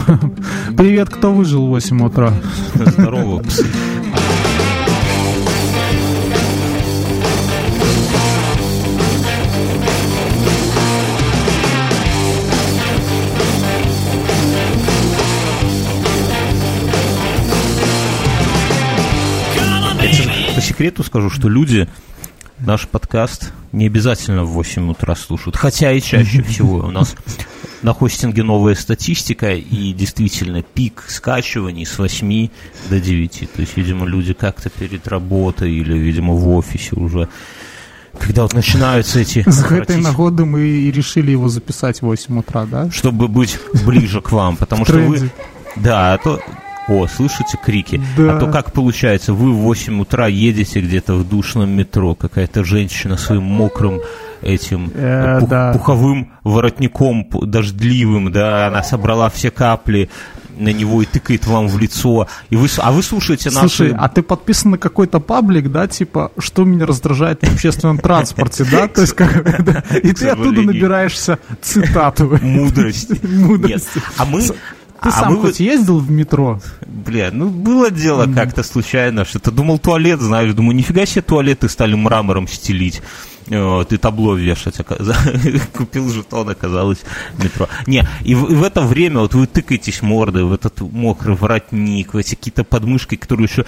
Привет, кто выжил в 8 утра? Здорово, псы. По секрету скажу, что люди наш подкаст не обязательно в 8 утра слушают, хотя и чаще всего. У нас на хостинге новая статистика, и действительно пик скачиваний с 8 до 9. То есть, видимо, люди как-то перед работой или, видимо, в офисе уже, когда вот начинаются эти... С этой нагоды мы и решили его записать в 8 утра, да? Чтобы быть ближе к вам, потому что вы... Да, а то... О, слышите крики? Да. А то как получается, вы в 8 утра едете где-то в душном метро, какая-то женщина своим мокрым этим пуховым воротником дождливым, да, она собрала все капли на него и тыкает вам в лицо. И вы слушаете наши... Слушай, а ты подписан на какой-то паблик, да, типа, что меня раздражает в общественном транспорте, да? То есть, и ты оттуда набираешься цитату. Мудрости. А мы... Ты сам хоть ездил в метро? Бля, ну было дело как-то случайно, что-то думал туалет, знаешь, думаю, нифига себе туалеты стали мрамором стелить, вот, и табло вешать, купил жетон, оказалось метро. Не, и в это время вот вы тыкаетесь мордой в этот мокрый воротник, в эти какие-то подмышки, которые еще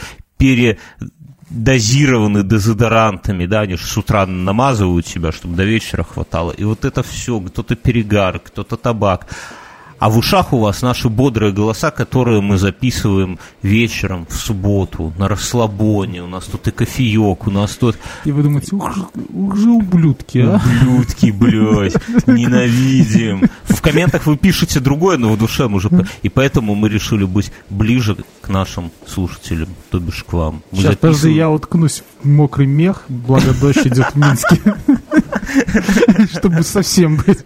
дозированы дезодорантами, да, они же с утра намазывают себя, чтобы до вечера хватало, и вот это все, кто-то перегар, кто-то табак. А в ушах у вас наши бодрые голоса, которые мы записываем вечером в субботу на расслабоне. У нас тут и кофеек, у нас тут... И вы думаете, ух же ублюдки, а? Ублюдки, блядь, ненавидим. В комментах вы пишете другое, но в душе мы уже... И поэтому мы решили быть ближе к нашим слушателям, то бишь к вам. Сейчас, подожди, я уткнусь в мокрый мех, благо дождь идет в Минске. Чтобы совсем быть...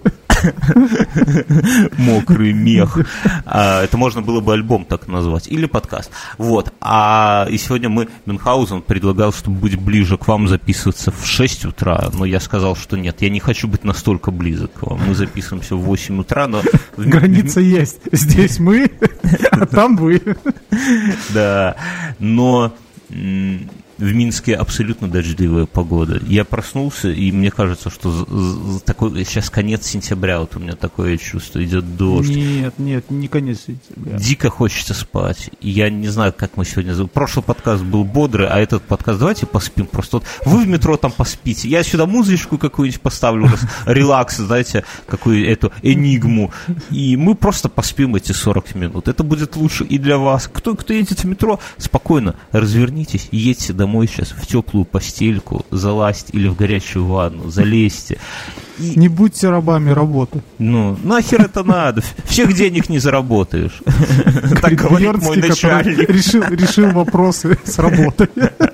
Мокрый мех. Это можно было бы альбом так назвать. Или подкаст. Вот. И сегодня Мюнхгаузен предлагал, чтобы быть ближе к вам, записываться в 6 утра. Но я сказал, что нет, я не хочу быть настолько близок к вам. Мы записываемся в 8 утра, но... Граница есть. Здесь мы, а там вы. Да. Но... В Минске абсолютно дождливая погода. Я проснулся, и мне кажется, что такой сейчас конец сентября, вот у меня такое чувство, идет дождь. Нет, не конец сентября. Дико хочется спать. И я не знаю, как мы сегодня... Прошлый подкаст был бодрый, а этот подкаст давайте поспим. Просто вот вы в метро там поспите. Я сюда музычку какую-нибудь поставлю, релакс, знаете, какую-то энигму. И мы просто поспим эти 40 минут. Это будет лучше и для вас. Кто едет в метро, спокойно развернитесь и едьте домой сейчас в теплую постельку, залазьте или в горячую ванну, залезьте. Не будьте рабами работы. Ну, нахер это надо? Всех денег не заработаешь. Так говорит мой начальник. Решил вопросы с работой.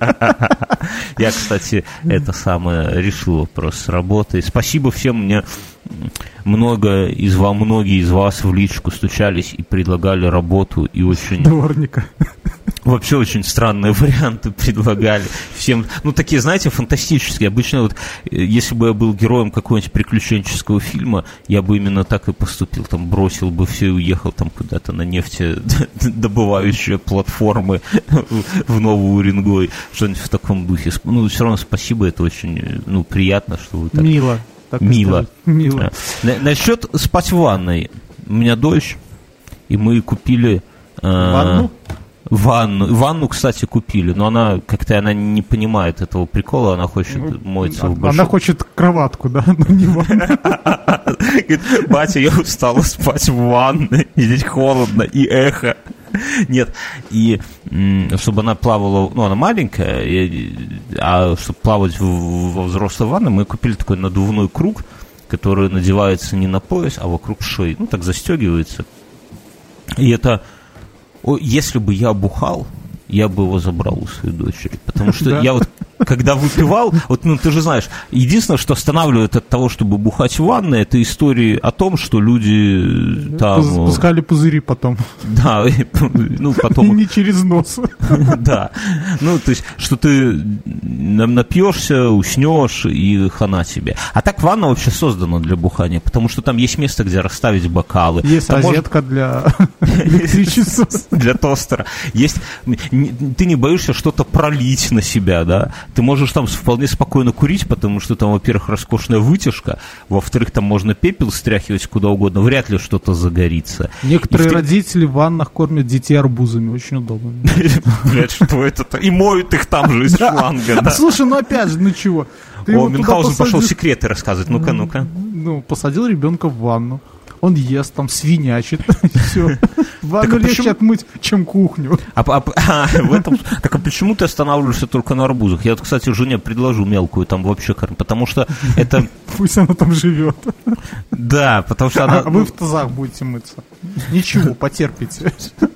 Я, кстати, решил вопрос с работой. Спасибо всем, мне многие из вас в личку стучались и предлагали работу, и очень... Дворника. Вообще очень странные варианты предлагали всем. Ну, такие, знаете, фантастические. Обычно вот, если бы я был героем какого-нибудь приключенческого фильма, я бы именно так и поступил. Там бросил бы все и уехал там куда-то на нефтедобывающие платформы в Новый Уренгой. Что-нибудь в таком духе. Ну, все равно спасибо, это очень приятно, что вы так... Мило. Насчет спать в ванной. У меня дочь, и мы купили... Ванну? Ванну, кстати, купили, но она не понимает этого прикола, она хочет моется в большом... Она хочет кроватку, да, но не ванну. Говорит, батя, я устала спать в ванной, здесь холодно и эхо. Нет, и чтобы она плавала, она маленькая, а чтобы плавать во взрослой ванной, мы купили такой надувной круг, который надевается не на пояс, а вокруг шеи, так застегивается. И это... Если бы я бухал, я бы его забрал у своей дочери. Потому что когда выпивал, вот, ну, ты же знаешь, единственное, что останавливает от того, чтобы бухать в ванной, это истории о том, что люди там... Пускали пузыри потом. Да, ну, потом... И не через нос. Да, ну, то есть, что ты напьешься, уснешь, и хана тебе. А так ванна вообще создана для бухания, потому что там есть место, где расставить бокалы. Есть там розетка для электричества. Для тостера. Есть... Ты не боишься что-то пролить на себя, да? Ты можешь там вполне спокойно курить, потому что там, во-первых, роскошная вытяжка, во-вторых, там можно пепел стряхивать куда угодно, вряд ли что-то загорится. Некоторые родители в ваннах кормят детей арбузами, очень удобно. Блядь, что это-то? И моют их там же из шланга, да? Слушай, ну опять же, ну чего? О, Мюнхгаузен пошел секреты рассказывать, ну-ка, ну-ка. Ну, посадил ребенка в ванну. Он ест, там свинячит, все. Ванну легче отмыть, чем кухню. В этом... Так а почему ты останавливаешься только на арбузах? Я вот, кстати, жене предложу мелкую там вообще кормить, потому что это... Пусть она там живет. Да, потому что она... А вы в тазах будете мыться. Ничего, потерпите.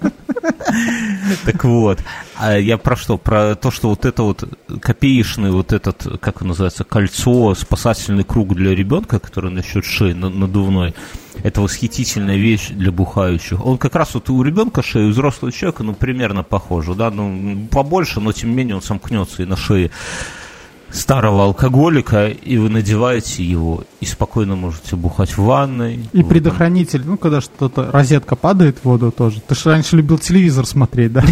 Так вот, а я про что? Про то, что вот это вот копеечный вот этот, как он называется, кольцо, спасательный круг для ребенка, который насчет шеи надувной, это восхитительная вещь для бухающих. Он как раз вот у ребенка шея, у взрослого человека, ну, примерно похоже, да, ну, побольше, но тем не менее он сомкнется и на шее старого алкоголика, и вы надеваете его, и спокойно можете бухать в ванной. И предохранитель, ну, когда что-то, розетка падает в воду тоже. Ты же раньше любил телевизор смотреть, да?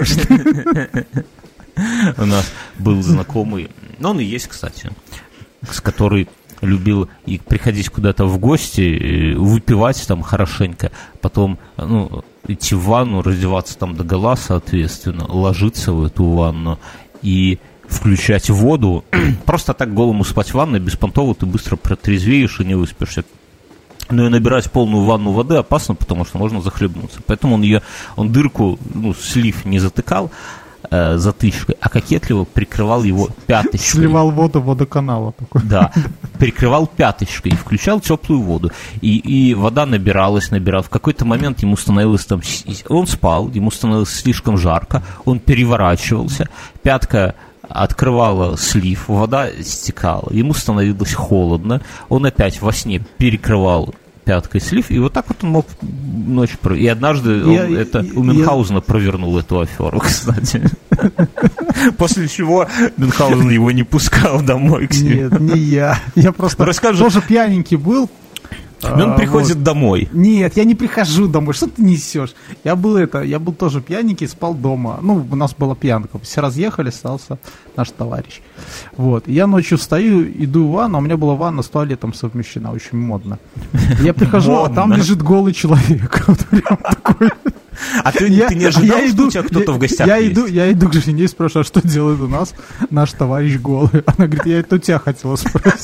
У нас был знакомый, но он и есть, кстати, с который любил и приходить куда-то в гости, выпивать там хорошенько, потом, ну, идти в ванну, раздеваться там догола, соответственно, ложиться в эту ванну и включать воду, просто так голому спать в ванной, беспонтово ты быстро протрезвеешь и не выспишься. Но и набирать полную ванну воды опасно, потому что можно захлебнуться. Поэтому он дырку, ну, слив не затыкал затычкой, а кокетливо прикрывал его пяточкой. Сливал воду водоканала такой. Да, прикрывал пяточкой и включал теплую воду. И вода набиралась. В какой-то момент ему становилось там... Он спал, ему становилось слишком жарко, он переворачивался, пятка открывала слив, вода стекала, ему становилось холодно, он опять во сне перекрывал пяткой слив, и вот так вот он мог ночь провести. И однажды у Мюнхгаузена провернул эту аферу, кстати. После чего Мюнхгаузен его не пускал домой к себе. Нет, не я. Я просто тоже пьяненький был. Он приходит домой. Нет, я не прихожу домой. Что ты несешь? Я был тоже пьяненький, спал дома. Ну, у нас была пьянка. Все разъехали, остался наш товарищ. Вот. Я ночью встаю, иду в ванну, а у меня была ванна с туалетом совмещена, очень модно. Я прихожу, а там лежит голый человек. Вот прям такой. А ты не ожидал, что у тебя кто-то в гостях есть? Я иду к жене и спрашиваю, а что делает у нас наш товарищ голый? Она говорит, я это у тебя хотела спросить.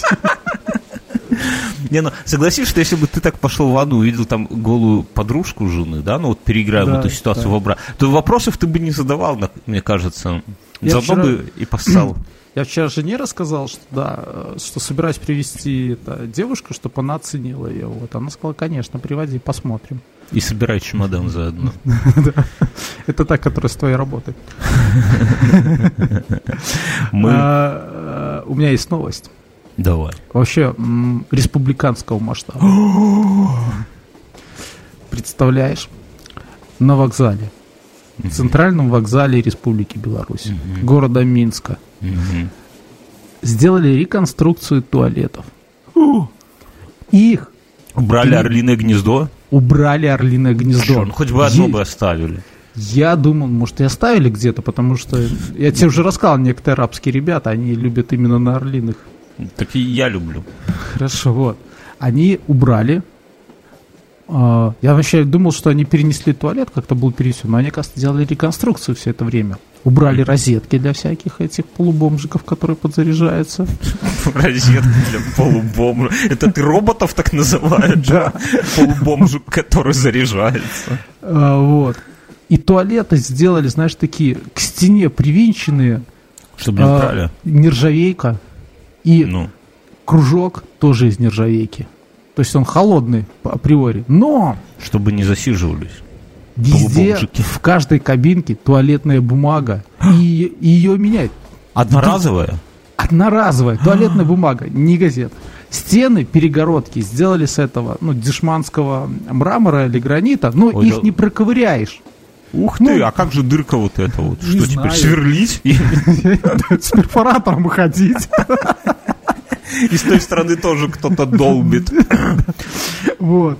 Не, ну, согласись, что если бы ты так пошел в ванну, увидел там голую подружку жены, да, ну вот переиграем эту ситуацию в обратно, то вопросов ты бы не задавал, мне кажется. Заодно бы и поссал. Я вчера жене рассказал, что собираюсь привезти девушку, чтобы она оценила ее. Вот. Она сказала, конечно, приводи, посмотрим. И собирай чемодан заодно. Это та, которая с твоей работы. У меня есть новость. Давай. Вообще республиканского масштаба. Представляешь, на вокзале, в центральном вокзале Республики Беларусь, города Минска, сделали реконструкцию туалетов. Их убрали орлиное гнездо? Убрали орлиное гнездо. Ну, хоть бы одно бы оставили. Я думал, может, и оставили где-то, потому что я тебе уже рассказал, некоторые арабские ребята, они любят именно на орлиных. Так и я люблю. Хорошо, вот. Они убрали. Я вообще думал, что они перенесли туалет, как-то был перенесен, но они, кажется, делали реконструкцию все это время. Убрали розетки для всяких этих полубомжиков, которые подзаряжаются. Розетки для полубомжиков. Это ты роботов так называешь? Да. Полубомжик, который заряжается. Вот. И туалеты сделали, знаешь, такие к стене привинченные. Чтобы не украли. Нержавейка. И кружок тоже из нержавейки. То есть он холодный априори. Но чтобы не засиживались. Везде, в каждой кабинке туалетная бумага. И ее менять. Одноразовая? Одноразовая. Туалетная бумага, не газета. Стены, перегородки сделали с этого, дешманского мрамора или гранита, их не проковыряешь. Ух ты, а как же дырка вот эта вот? Что теперь, сверлить? С перфоратором ходить. И с той стороны тоже кто-то долбит. Вот.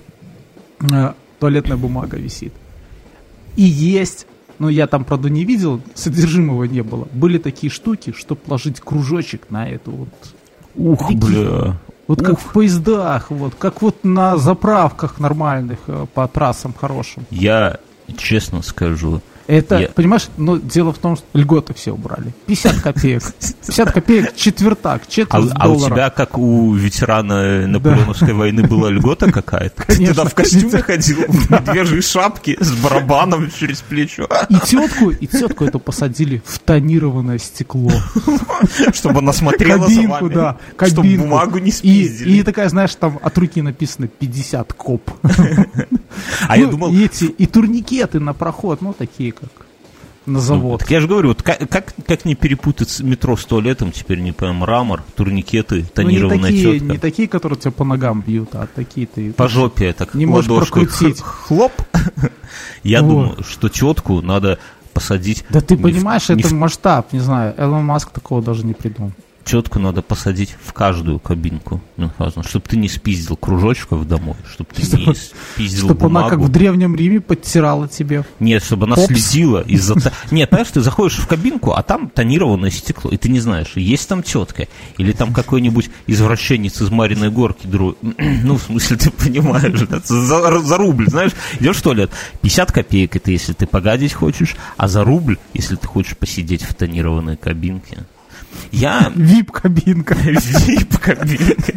Туалетная бумага висит. И есть, я там, правда, не видел, содержимого не было. Были такие штуки, чтобы положить кружочек на эту вот. Ух, бля. Вот как в поездах, как на заправках нормальных, по трассам хорошим. Я честно скажу. Это, понимаешь, дело в том, что льготы все убрали. 50 копеек. 50 копеек четвертак, четверть доллара. А у тебя, как у ветерана Наполеоновской войны, была льгота какая-то? Ты туда в костюме ходил, в медвежьей шапке, с барабаном через плечо. И тетку эту посадили в тонированное стекло. Чтобы она смотрела за вами. Да, чтобы бумагу не спиздили. И такая, знаешь, там от руки написано 50 коп. А я думал... И турникеты на проход, такие как на завод. Так я же говорю, как не перепутать метро с туалетом, теперь не по мрамор, турникеты, тонированная тетка. Не такие, которые тебя по ногам бьют, а такие ты... По жопе так не можешь прокрутить. Хлоп. Я думаю, что тетку надо посадить... Да ты понимаешь, это масштаб, не знаю, Элон Маск такого даже не придумал. Тетку надо посадить в каждую кабинку Мюнхгаузена, чтобы ты не спиздил кружочков домой, чтобы ты не спиздил чтобы бумагу. Она как в Древнем Риме подтирала тебе. Нет, чтобы она следила из-за... Нет, понимаешь, ты заходишь в кабинку, а там тонированное стекло, и ты не знаешь, есть там тетка, или там какой-нибудь извращенец из Мариной Горки, в смысле, ты понимаешь, за рубль, знаешь, идешь в туалет, 50 копеек это если ты погадить хочешь, а за рубль, если ты хочешь посидеть в тонированной кабинке. Вип-кабинка. Вип-кабинка.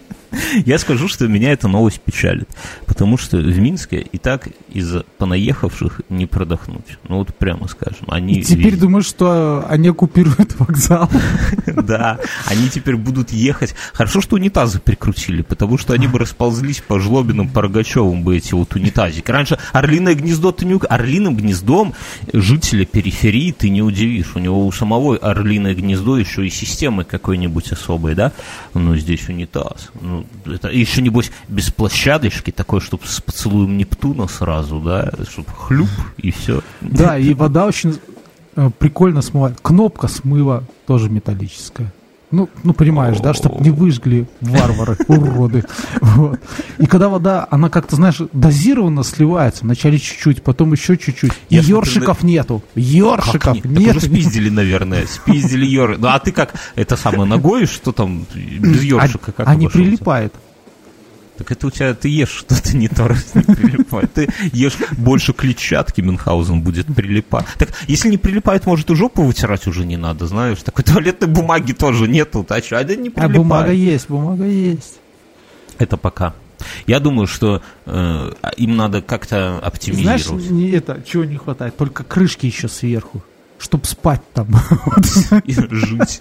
Я скажу, что меня эта новость печалит, потому что в Минске и так из понаехавших не продохнуть. Прямо скажем. И теперь думаешь, что они оккупируют вокзал? Да, они теперь будут ехать. Хорошо, что унитазы прикрутили, потому что они бы расползлись по Жлобиным, по Рогачевым бы эти унитазики. Раньше Орлиное гнездо Орлиным гнездом жителя периферии ты не удивишь. У него у самого Орлиное гнездо еще и системы какой-нибудь особой, да? Здесь унитаз. Это еще, небось, без площадочки, такой, чтобы с поцелуем Нептуна сразу, да, чтобы хлюп, и все. Да, и вода очень прикольно смывает. Кнопка смыва тоже металлическая. Понимаешь, да, чтобы не выжгли варвары, уроды. Вот. И когда вода, она как-то, знаешь, дозированно сливается, вначале чуть-чуть, потом еще чуть-чуть. И ёршиков нету. Ёршиков нет. Уже спиздили, наверное. Спиздили ёршик. А ты как, это самое, ногой, что там, без ёршика как не прилипает. Так это у тебя, ты ешь что-то не то, раз не прилипает. Ты ешь больше клетчатки, Мюнхгаузен будет прилипать. Так, если не прилипает, может, и жопу вытирать уже не надо, знаешь. Такой туалетной бумаги тоже нету. А что, это не прилипает. Бумага есть. Это пока. Я думаю, что им надо как-то оптимизировать. Знаешь, чего не хватает? Только крышки еще сверху, чтобы спать там. И жить.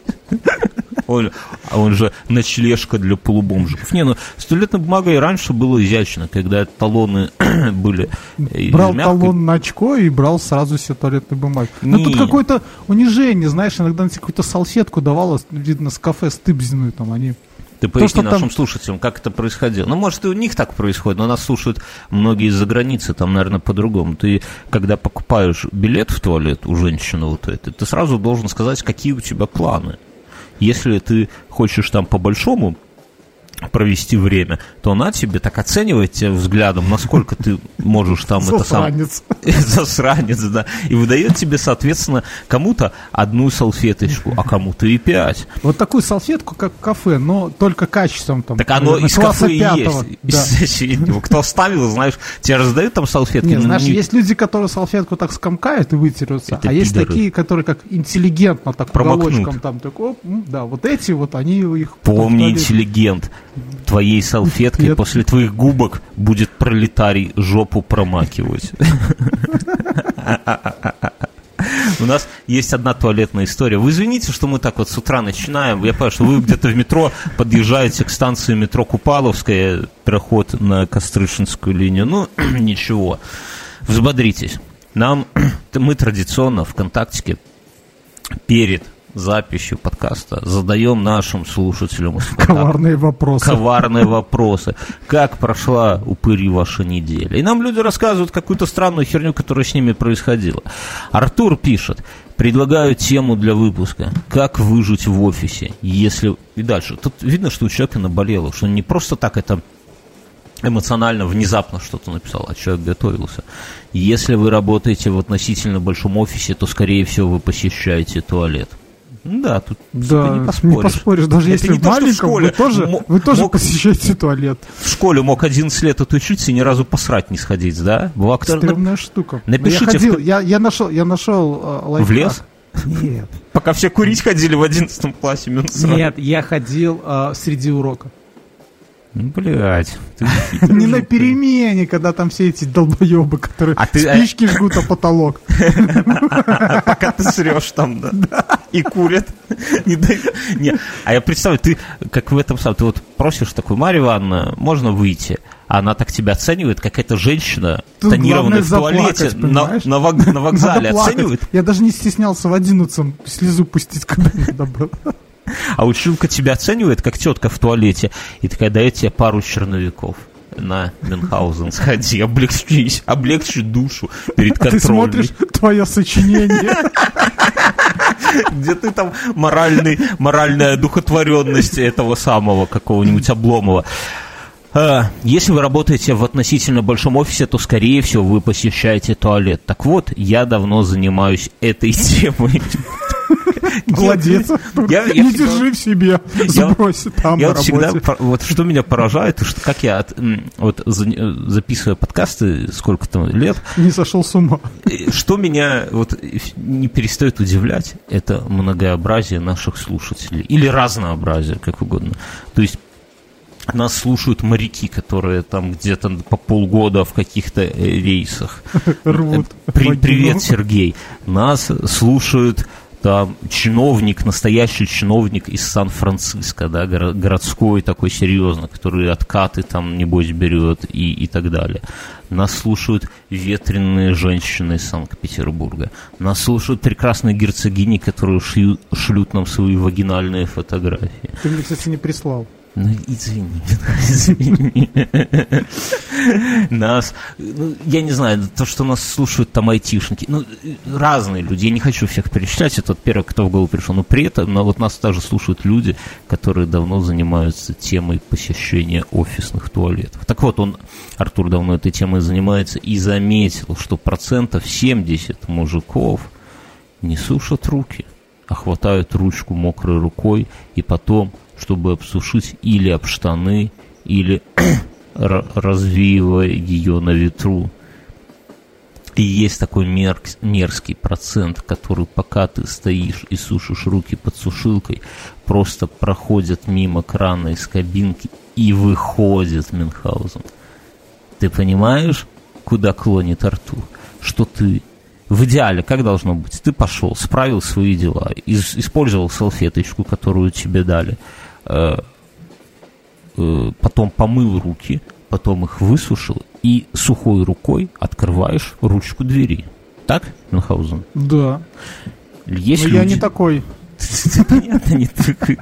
Он же ночлежка для полубомжиков. С туалетной бумагой раньше было изящно, когда талоны были брал талон на очко и брал сразу себе туалетную бумагу. Но тут какое-то унижение, знаешь, иногда на какую-то салфетку давало, видно, с кафе стыбзиную там они... Ты поясни нашим слушателям, как это происходило. Может, и у них так происходит, но нас слушают многие из-за границы, там, наверное, по-другому. Ты, когда покупаешь билет в туалет у женщины ты сразу должен сказать, какие у тебя планы. Если ты хочешь там по-большому провести время, то она тебе так оценивает тебя взглядом, насколько ты можешь там засранец. Засранец, да. И выдает тебе, соответственно, кому-то одну салфеточку, а кому-то и 5. Вот такую салфетку, как в кафе, но только качеством там. Так оно из кафе и есть. Да. Из соседнего. Кто ставил, знаешь, тебе раздают там салфетки. Нет, знаешь, есть люди, которые салфетку так скомкают и вытерутся, а есть такие, которые как интеллигентно так уголочком там, так, да, вот эти вот, они их... Помни, интеллигент. Твоей салфеткой после твоих губок будет пролетарий жопу промакивать. У нас есть одна туалетная история. Вы извините, что мы так вот с утра начинаем. Я понимаю, что вы где-то в метро подъезжаете к станции метро Купаловская, переход на Кострышинскую линию. Ничего. Взбодритесь. Мы традиционно ВКонтактике перед записью подкаста задаем нашим слушателям коварные вопросы. Как прошла, упыри, ваша неделя? И нам люди рассказывают какую-то странную херню, которая с ними происходила. Артур пишет: предлагаю тему для выпуска. Как выжить в офисе, если... И дальше. Тут видно, что у человека наболело, что он не просто так это эмоционально, внезапно что-то написал, а человек готовился. Если вы работаете в относительно большом офисе, то, скорее всего, вы посещаете туалет. Да, тут не поспоришь. Даже это если в маленьком, вы тоже посещаете туалет. В школе мог 11 лет отучиться и ни разу посрать не сходить, да? Стрёмная штука. Напишите. Я нашел лайфхак. В лес? Нет. Пока все курить ходили в 11 классе. Нет, я ходил среди урока. Блять. Не на перемене, когда там все эти долбоебы, которые спички жгут о потолок. Пока ты срешь там, да? И курят. А я представляю, ты как в этом самом, ты вот просишь такую: Марья Ивановна, можно выйти? Она так тебя оценивает, как эта женщина, тонированная в туалете на вокзале, оценивает. Я даже не стеснялся в 11-м слезу пустить, когда надо было. А училка тебя оценивает, как тетка в туалете, и такая: дает тебе пару черновиков. На Мюнхгаузен сходи, облегчи душу перед контрольной. Ты смотришь твое сочинение. Где ты там моральная одухотворенность этого самого какого-нибудь Обломова. Если вы работаете в относительно большом офисе, то, скорее всего, вы посещаете туалет. Так вот, я давно занимаюсь этой темой. Молодец. Не держи в себе, сбрось там на работе. Вот что меня поражает, что как я записывая подкасты сколько-то лет... Не сошел с ума. Что меня вот не перестает удивлять, это многообразие наших слушателей. Или разнообразие, как угодно. То есть нас слушают моряки, которые там где-то по полгода в каких-то рейсах. Рвут. Привет, Сергей. Нас слушают... Там настоящий чиновник из Сан-Франциско, да, городской такой серьезно, который откаты там, небось, берет и так далее. Нас слушают ветреные женщины из Санкт-Петербурга. Нас слушают прекрасные герцогини, которые шлют нам свои вагинальные фотографии. Ты мне, кстати, не прислал. Ну, извини. Нас, я не знаю, то, что нас слушают там айтишники, разные люди, я не хочу всех перечислять, это первый, кто в голову пришел, но при этом, вот нас также слушают люди, которые давно занимаются темой посещения офисных туалетов. Так вот, Артур давно этой темой занимается и заметил, что 70% мужиков не сушат руки, а хватают ручку мокрой рукой и потом, чтобы обсушить или об штаны, или развеивая ее на ветру. И есть такой мерзкий процент, который, пока ты стоишь и сушишь руки под сушилкой, просто проходит мимо крана из кабинки и выходит Мюнхгаузен. Ты понимаешь, куда клонит Артур? Что ты... В идеале, как должно быть? Ты пошел, справил свои дела, использовал салфеточку, которую тебе дали, потом помыл руки, потом их высушил и сухой рукой открываешь ручку двери. Так, Мюнхгаузен? Да. Есть но люди... я не такой. Понятно, не такой.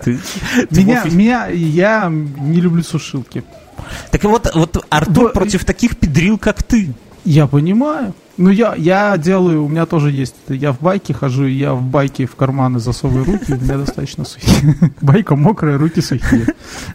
Я не люблю сушилки. Так вот Артур против таких педрил, как ты. Я понимаю. Ну, я делаю, у меня тоже есть, я в байке хожу, я в байке в карманы засовываю руки, у меня достаточно сухие. Байка мокрая, руки сухие.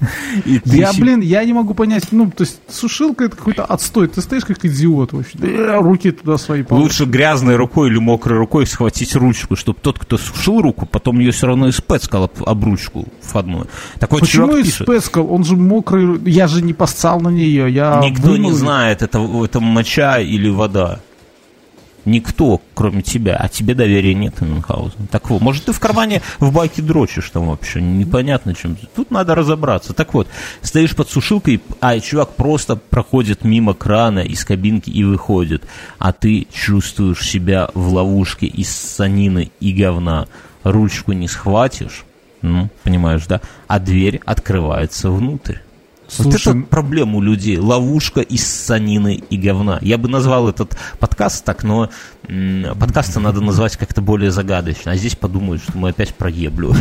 Я не могу понять, то есть сушилка это какой-то отстой, ты стоишь как идиот вообще, руки туда свои положишь. Лучше грязной рукой или мокрой рукой схватить ручку, чтобы тот, кто сушил руку, потом ее все равно испэцкал об ручку входную. Почему испэцкал? Он же мокрый, я же не поссал на нее, Никто не знает, это моча или вода. Никто, кроме тебя, а тебе доверия нет, Мюнхгаузен. Так вот, может, ты в кармане в байке дрочишь там вообще, непонятно чем. Тут надо разобраться. Так вот, стоишь под сушилкой, чувак просто проходит мимо крана из кабинки и выходит, а ты чувствуешь себя в ловушке из санины и говна. Ручку не схватишь, понимаешь, да? А дверь открывается внутрь. Вот это проблема у людей. Ловушка из санины и говна. Я бы назвал этот подкаст так, но подкасты надо назвать как-то более загадочно. А здесь подумают, что мы опять про еблю.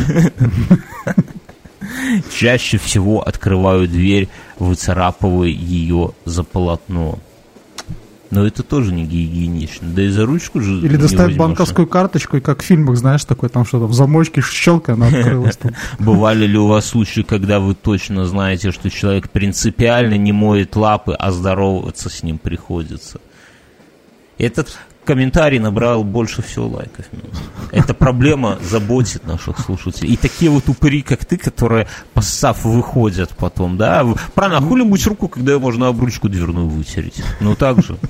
Чаще всего открываю дверь, выцарапывая ее за полотно. Но это тоже не гигиенично. Да и за ручку же. Или достать банковскую карточку, и как в фильмах, знаешь, такой там что-то в замочке щелка, она открылась. Бывали ли у вас случаи, когда вы точно знаете, что человек принципиально не моет лапы, а здороваться с ним приходится? Этот комментарий набрал больше всего лайков. Эта проблема заботит наших слушателей. И такие вот упыри, как ты, которые, поссав, выходят потом, да? Правильно, а хули мыть руку, когда ее можно об ручку дверную вытереть? Ну так же.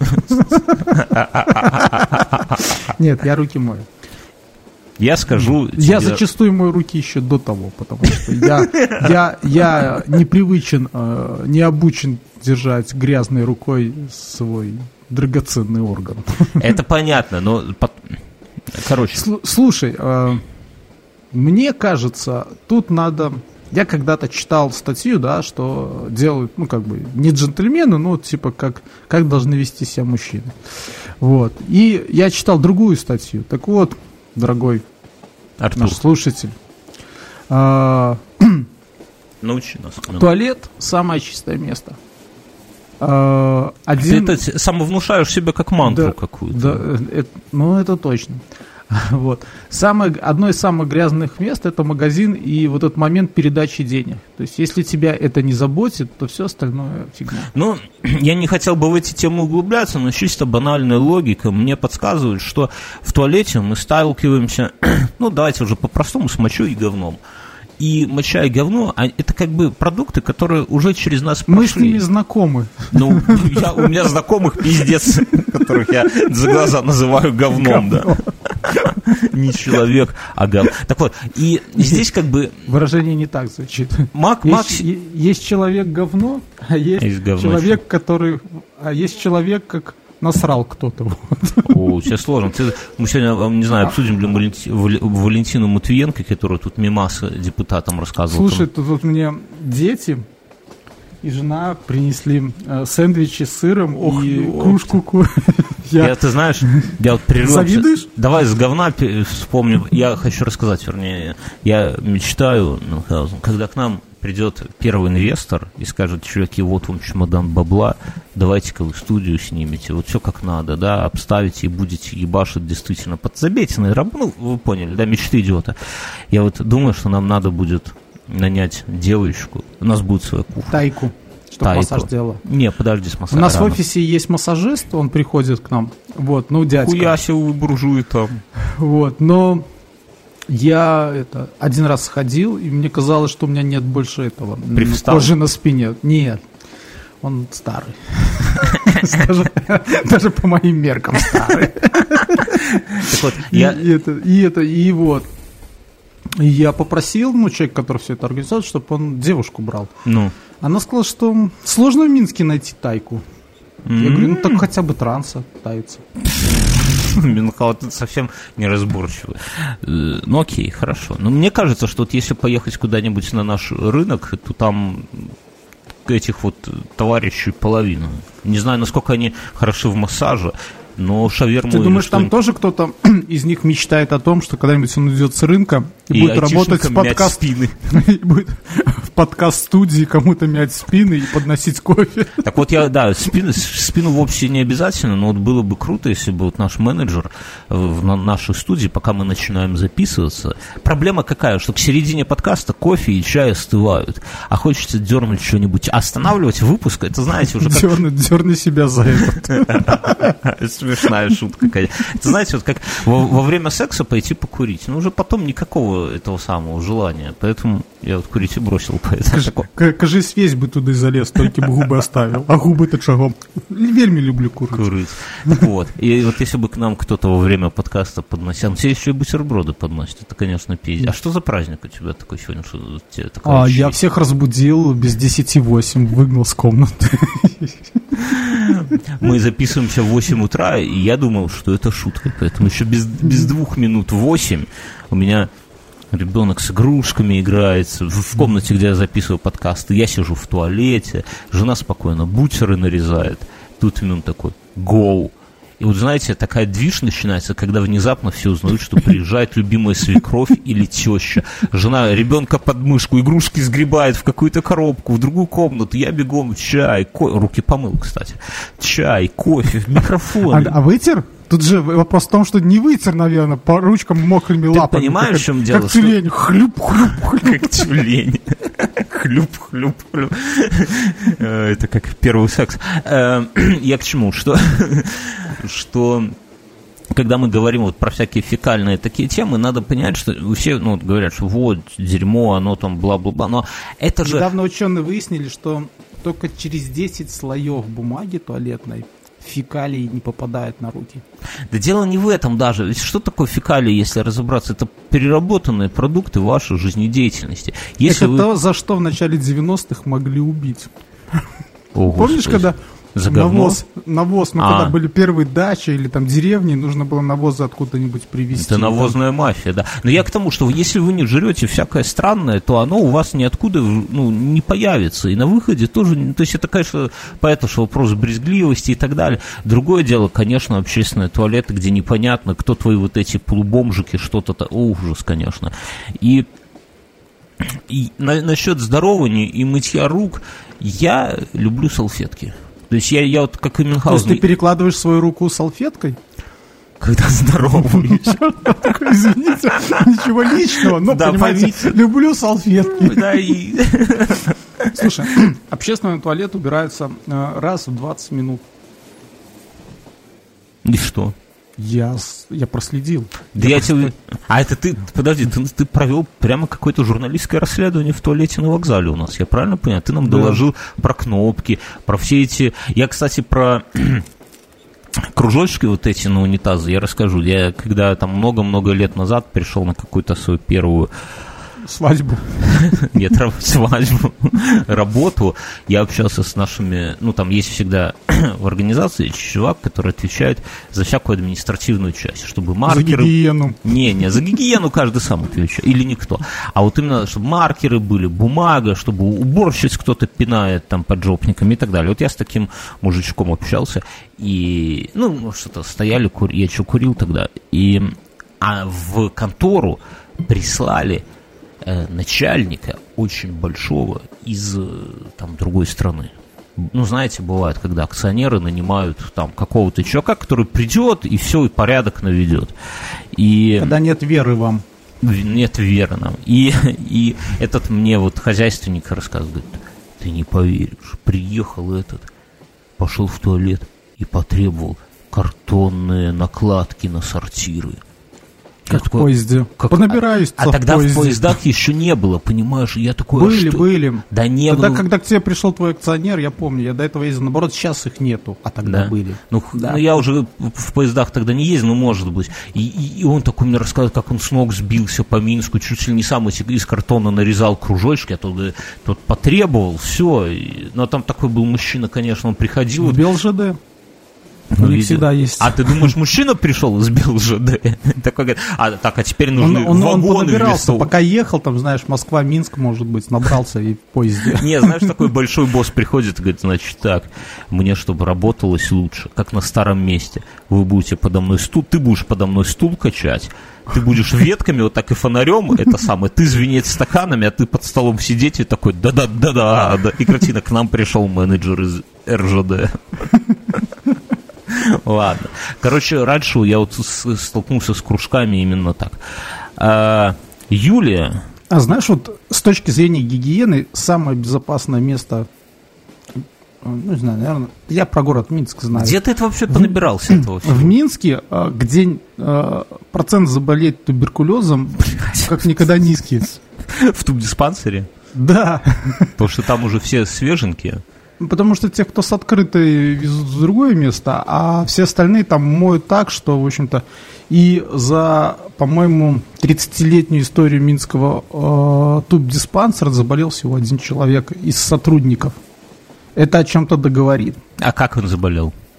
Нет, я руки мою. Я скажу... Я зачастую мою руки еще до того, потому что я непривычен, не обучен держать грязной рукой свой драгоценный орган. Это понятно, но... Короче. Слушай, мне кажется, тут надо... Я когда-то читал статью, да, что делают, ну, как бы, не джентльмены, но, типа, как должны вести себя мужчины. Вот. И я читал другую статью. Так вот, дорогой Артур, наш слушатель, научи нас. Туалет – самое чистое место. Ты это самовнушаешь себе как мантру какую-то. Да, это точно. Вот. Одно из самых грязных мест – это магазин и вот этот момент передачи денег. То есть, если тебя это не заботит, то все остальное фигня. Ну, я не хотел бы в эти темы углубляться, но чисто банальная логика мне подсказывает, что в туалете мы сталкиваемся, ну, давайте уже по-простому, с мочой и говном. И моча и говно, это как бы продукты, которые уже через нас прошли. Мы с ними знакомы. Ну, у меня знакомых пиздец, которых я за глаза называю говном, да. Не человек, а говно. Так вот, и здесь как бы... Выражение не так звучит. Есть человек-говно, а есть человек, который... А есть человек, как... Насрал кто-то. О, все сложно. Мы сегодня, не знаю, обсудим для Валентину Матвиенко, которая тут мемасы депутатам рассказывала. Слушай, тут мне дети и жена принесли сэндвичи с сыром и кружку. Ты знаешь, я вот прервемся. Завидуешь? Давай с говна вспомним. Я хочу рассказать, вернее, я мечтаю, когда к нам придет первый инвестор и скажет: чуваки, вот вам чемодан бабла, давайте-ка вы студию снимете, вот все как надо, да, обставите и будете ебашить действительно подзабейте на работу, ну, вы поняли, да, мечты идиота. Я вот думаю, что нам надо будет нанять девочку, у нас будет своя кухня. Тайку, чтобы массаж делала. Не, подожди, с массажем. У нас в офисе есть массажист, он приходит к нам, вот, ну, дядька. Хуясил буржуи там. Вот, но... Я один раз сходил, и мне казалось, что у меня нет больше этого кожи на спине. Нет, он старый. Даже по моим меркам старый. И вот. Я попросил, человек, который все это организовал, чтобы он девушку брал. Она сказала, что сложно в Минске найти тайку. Я говорю, так хотя бы транса тается. Минхал, ты совсем неразборчивый. Ну окей, хорошо. Но мне кажется, что вот если поехать куда-нибудь на наш рынок, то там этих вот товарищей половина. Не знаю, насколько они хороши в массаже, но шаверму... Ты думаешь, там тоже кто-то из них мечтает о том, что когда-нибудь он уйдет с рынка и будет работать в подкаст... будет в подкаст-студии кому-то мять спины и подносить кофе. Так вот спину вовсе не обязательно, но вот было бы круто, если бы вот наш менеджер в нашей студии, пока мы начинаем записываться... Проблема какая, что к середине подкаста кофе и чай остывают, а хочется дернуть что-нибудь, останавливать выпуск, это, знаете, уже как... Дерни себя за это. Смешная шутка, конечно. Это, знаете, вот как во время секса пойти покурить. Но уже потом никакого этого самого желания. Поэтому я вот курить и бросил. Кажись, весь бы туда залез, только бы губы оставил. А губы-то шагом. Вельми люблю курить. Так вот. И вот если бы к нам кто-то во время подкаста подносил, все еще и бутерброды подносит, это, конечно, пиздец. А что за праздник у тебя такой сегодня? Что тебе такое я всех разбудил без 10:08, выгнал с комнаты. Мы записываемся в 8 утра, и я думал, что это шутка. Поэтому еще без 2 минут 8 у меня Ребенок с игрушками играется в комнате, где я записываю подкасты. Я сижу в туалете, жена спокойно бутеры нарезает. Тут он такой: «Гоу». И вот, знаете, такая движ начинается, когда внезапно все узнают, что приезжает любимая свекровь или теща. Жена ребенка под мышку, игрушки сгребает в какую-то коробку, в другую комнату. Я бегом, чай, руки помыл, кстати. Чай, кофе, микрофон. А вытер? Тут же вопрос в том, что не вытер, наверное, по ручкам мокрыми лапами. Ты понимаешь, в чем дело? Как тюлень. Хлюп-хлюп-хлюп. Как тюлень. Хлюп-хлюп-хлюп. Это как первый секс. Я к чему? Что когда мы говорим вот про всякие фекальные такие темы, надо понять, что все говорят, что вот, дерьмо, оно там бла-бла-бла. Но это же... Недавно ученые выяснили, что только через 10 слоев бумаги туалетной фекалии не попадают на руки. Да дело не в этом даже. Ведь что такое фекалии, если разобраться? Это переработанные продукты вашей жизнедеятельности. Если это то, за что в начале 90-х могли убить. О, помнишь, Господи. когда навоз, когда были первые дачи или там деревни, нужно было навоз откуда-нибудь привезти. Это навозная мафия, да. Но я к тому, что если вы не жрете всякое странное, то оно у вас ниоткуда не появится. И на выходе тоже... То есть это, конечно, понятно, что вопрос брезгливости и так далее. Другое дело, конечно, общественные туалеты, где непонятно, кто твои вот эти полубомжики, что-то... ужас, конечно. И насчет здорования и мытья рук я люблю салфетки. То есть я вот как и Мюнхгаузен... То есть ты перекладываешь свою руку салфеткой? Когда здороваюсь. Извините, ничего личного, но, понимаете, люблю салфетки. Слушай, общественный туалет убирается раз в 20 минут. И что? Я проследил. Это ты, подожди, ты провел прямо какое-то журналистское расследование в туалете на вокзале у нас, я правильно понял? Ты нам доложил про кнопки, про все эти... Я, кстати, про кружочки вот эти на унитазы я расскажу. Я когда там много-много лет назад пришел на какую-то свою первую... Свадьбу. Нет, свадьбу, работу. Я общался с нашими, там есть всегда в организации чувак, который отвечает за всякую административную часть, чтобы маркеры... За гигиену. Не, за гигиену каждый сам отвечает, или никто. А вот именно, чтобы маркеры были, бумага, чтобы уборщиц кто-то пинает там поджопниками и так далее. Вот я с таким мужичком общался, и, что-то стояли, я что, курил тогда, а в контору прислали начальника очень большого из там другой страны. Знаете, бывает, когда акционеры нанимают там какого-то чувака, который придет и все, и порядок наведет. Когда нет веры вам. Нет веры нам. И этот мне вот хозяйственник рассказывает, говорит: ты не поверишь, приехал пошел в туалет и потребовал картонные накладки на сортиры. Как в поезде. Понабираюсь. А тогда в поездах еще не было, понимаешь? Я такой, были. Да не было. Тогда, когда к тебе пришел твой акционер, я помню, я до этого ездил, наоборот, сейчас их нету, а тогда были. Я уже в поездах тогда не ездил, может быть. И он такой мне рассказывает, как он с ног сбился по Минску, чуть ли не сам из картона нарезал кружочки, а тот потребовал, все. Но там такой был мужчина, конечно, он приходил. В БелЖД. Не всегда есть. А ты думаешь, мужчина пришел из БелЖД? Такой говорит, а теперь нужны вагоны. Он понабирался, пока ехал, там, знаешь, Москва-Минск, может быть, набрался и в поезде. Не, знаешь, такой большой босс приходит и говорит: значит так, мне, чтобы работалось лучше, как на старом месте, вы будете подо мной ты будешь подо мной стул качать, ты будешь ветками вот так и фонарем, ты звенеть стаканами, а ты под столом сидеть и такой да-да-да-да. И картина: к нам пришел менеджер из РЖД. Ладно. Короче, раньше я вот столкнулся с кружками именно так. Юлия... А знаешь, вот с точки зрения гигиены, самое безопасное место, не знаю, наверное, я про город Минск знаю. Где ты это вообще понабирался, этого всего? В Минске, где процент заболеть туберкулезом как никогда низкий. В тубдиспансере? Да. Потому что там уже все свеженькие. Потому что тех, кто с открытой, везут в другое место, а все остальные там моют так, что, в общем-то, и за, по-моему, 30-летнюю историю Минского тубдиспансера заболел всего один человек из сотрудников. Это о чем-то договорит. А как он заболел?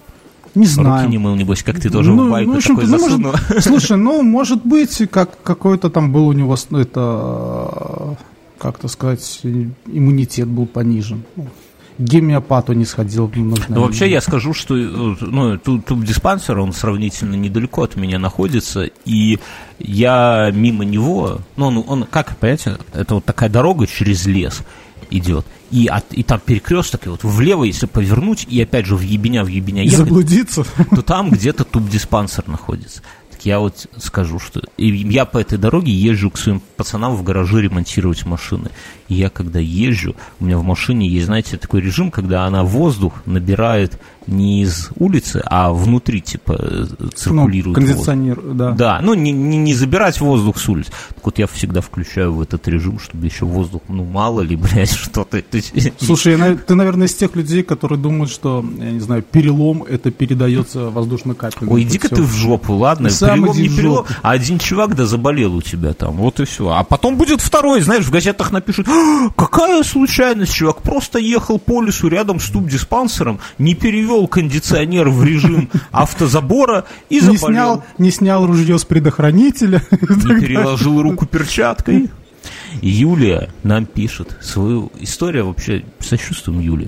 Не знаю. Руки не мыл, небось, как ты тоже в байку такой засунул. Слушай, может быть, как какой-то там был у него, это, как-то сказать, иммунитет был понижен. К гомеопату не сходил. Ну, вообще, я скажу, что туб-диспансер, он сравнительно недалеко от меня находится, и я мимо него, он, как, понимаете, это вот такая дорога через лес идет, и там перекресток, и вот влево, если повернуть, и опять же в ебеня ехать, заблудиться, то там где-то туб-диспансер находится. Так я вот скажу, что я по этой дороге езжу к своим пацанам в гараже ремонтировать машины. И я когда езжу, у меня в машине есть, знаете, такой режим, когда она воздух набирает не из улицы, а внутри, типа, циркулирует. Кондиционер, да. Да, не забирать воздух с улиц. Так вот я всегда включаю в этот режим, чтобы еще воздух, мало ли, блядь, что-то. Слушай, ты, наверное, из тех людей, которые думают, что, я не знаю, перелом, это передается воздушно-капельным. Ой, иди-ка ты в жопу, ладно? Перелом не перелом, а один чувак, да, заболел у тебя там, вот и все. А потом будет второй, знаешь, в газетах напишут: какая случайность, чувак, просто ехал по лесу рядом с туб-диспансером, не перевел кондиционер в режим автозабора и заболел. Не снял ружье с предохранителя. Не переложил руку перчаткой. Юлия нам пишет свою историю, вообще сочувствуем Юле.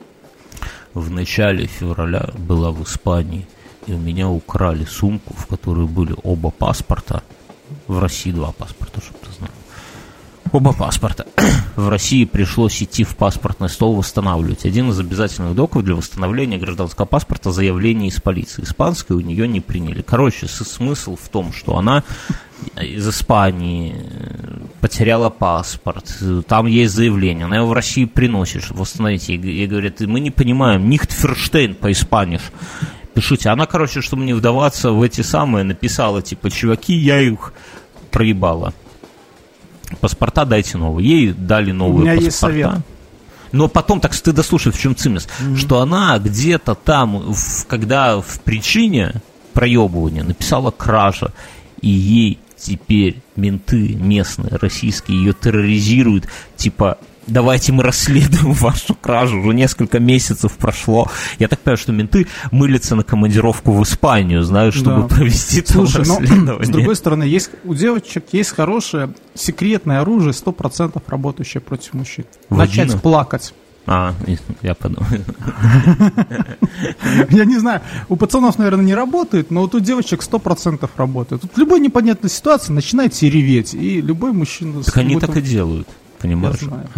В начале февраля была в Испании, и у меня украли сумку, в которой были оба паспорта. В России 2 паспорта, чтобы ты знал. Оба паспорта. В России пришлось идти в паспортный стол восстанавливать. Один из обязательных доков для восстановления гражданского паспорта — заявление из полиции. Испанское у нее не приняли. Короче, смысл в том, что она из Испании потеряла паспорт, там есть заявление, она его в России приносит, восстановить. Ей говорят: мы не понимаем, nicht verstehen по-испаниш. Пишите. Она, короче, чтобы не вдаваться в эти самые, написала, типа: чуваки, я их проебала. Паспорта дайте новые. Ей дали новые паспорта. У меня есть совет. Но потом, так ты дослушай, в чем цимис, что она где-то там, когда в причине проебывания написала кража, и ей теперь менты местные, российские, ее терроризируют, типа: давайте мы расследуем вашу кражу, уже несколько месяцев прошло. Я так понимаю, что менты мылятся на командировку в Испанию, знаешь, чтобы провести там расследование. С другой стороны, у девочек есть хорошее секретное оружие, 100% работающее против мужчин. Начать плакать. Я подумал. Я не знаю, у пацанов, наверное, не работает, но вот у девочек 100% работает. Тут в любой непонятной ситуации начинаете реветь, и любой мужчина... Так они так и делают. Понимаешь?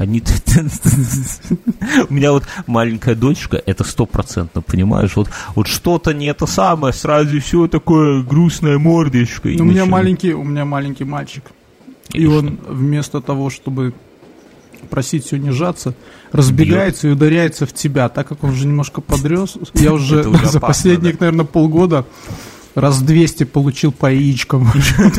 У меня вот маленькая дочка, это 100%, понимаешь? Вот что-то не это самое, сразу все такое грустное мордочко. У меня маленький мальчик. И он вместо того, чтобы просить унижаться, разбегается и ударяется в тебя. Так как он уже немножко подрос, я уже за последние, наверное, полгода раз 200 получил по яичкам.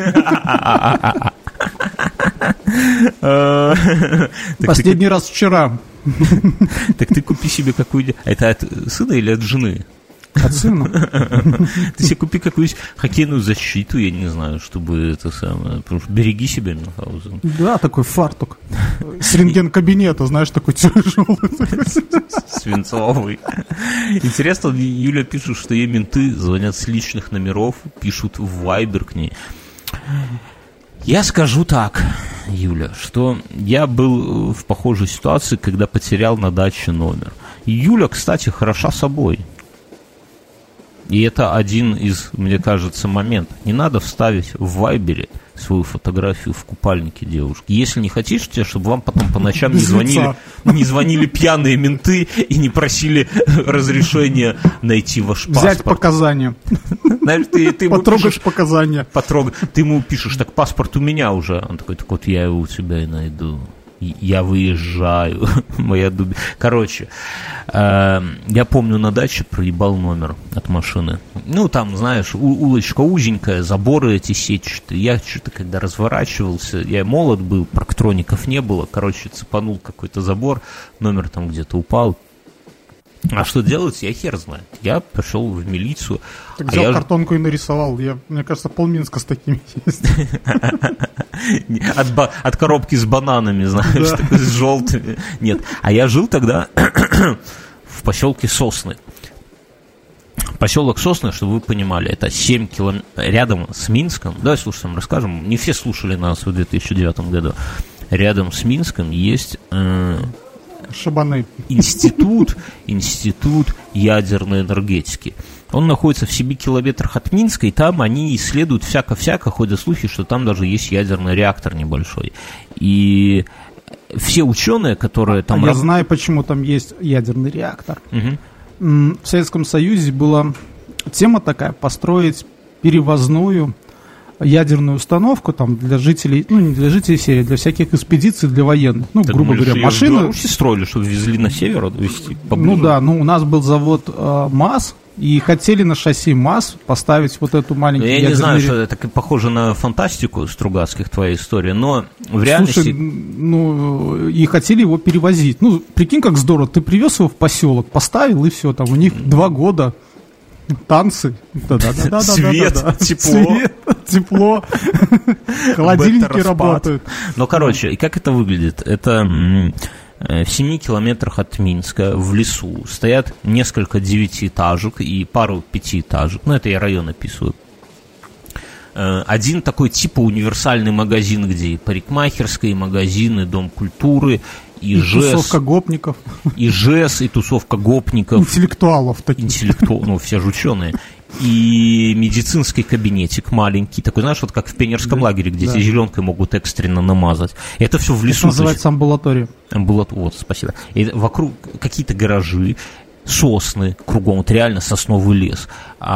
Последний раз вчера. Так ты купи себе какую-нибудь... Это от сына или от жены? От сына. Ты себе купи какую-нибудь хоккейную защиту, я не знаю, чтобы это самое... Береги себя, Мюнхгаузен. Да, такой фартук. С рентген-кабинета, знаешь, такой тяжелый. Свинцовый. Интересно, Юля пишет, что ей менты звонят с личных номеров, пишут в Вайбер к ней. Я скажу так, Юля, что я был в похожей ситуации, когда потерял на даче номер. И Юля, кстати, хороша собой. И это один из, мне кажется, моментов. Не надо вставить в Вайбере свою фотографию в купальнике девушки. Если не хотите, чтобы вам потом по ночам не звонили пьяные менты и не просили разрешения найти ваш паспорт. Взять показания. Знаешь, ты потрогать показания. Ты ему пишешь: так паспорт у меня уже. Он такой: так вот я его у тебя и найду. Я выезжаю. Моя дуби. Короче, я помню, на даче проебал номер от машины. Ну, там, знаешь, улочка узенькая, заборы эти сетчатые. Я что-то, когда разворачивался, я молод был, проктроников не было. Короче, цепанул какой-то забор, номер там где-то упал. А что делать, я хер знаю. Я пришел в милицию. Так взял картонку и нарисовал. Мне кажется, полминска с такими есть. От коробки с бананами, знаешь, такой, с желтыми. Нет. А я жил тогда в поселке Сосны. Поселок Сосны, чтобы вы понимали, это 7 километров рядом с Минском. Давай слушателям расскажем. Не все слушали нас в 2009 году. Рядом с Минском есть Шабаны. институт ядерной энергетики. Он находится в 7 километрах от Минска, и там они исследуют всяко-всяко, ходят слухи, что там даже есть ядерный реактор небольшой. И все ученые, которые там... Я знаю, почему там есть ядерный реактор. Угу. В Советском Союзе была тема такая, построить перевозную ядерную установку там для жителей, ну не для жителей Сирии, для всяких экспедиций, для военных. Ну, так грубо говоря, машины... В Беларуси строили, чтобы везли на север, везти поближе. Ну да, у нас был завод МАЗ, и хотели на шасси МАЗ поставить вот эту маленькую ядерную... Я не знаю, что это похоже на фантастику Стругацких, твоя история, но в реальности... Слушай, и хотели его перевозить. Ну, прикинь, как здорово, ты привез его в поселок, поставил, и все, там у них 2 года танцы. Свет, тепло. Холодильники работают. Ну, короче, и как это выглядит? Это... В 7 километрах от Минска в лесу стоят несколько 9-этажек и пару 5-этажек. Ну, это я район описываю. Один такой типа универсальный магазин, где и парикмахерская, и магазин, и дом культуры, и ЖЭС. Тусовка гопников. И ЖЭС, и тусовка гопников. Интеллектуалов таких. Ну, все же ученые. И медицинский кабинетик маленький, такой, знаешь, вот как в пионерском лагере, где тебя зеленкой могут экстренно намазать. Это все в лесу. Это называется амбулатория. Вот, спасибо. И вокруг какие-то гаражи, сосны кругом, вот реально сосновый лес.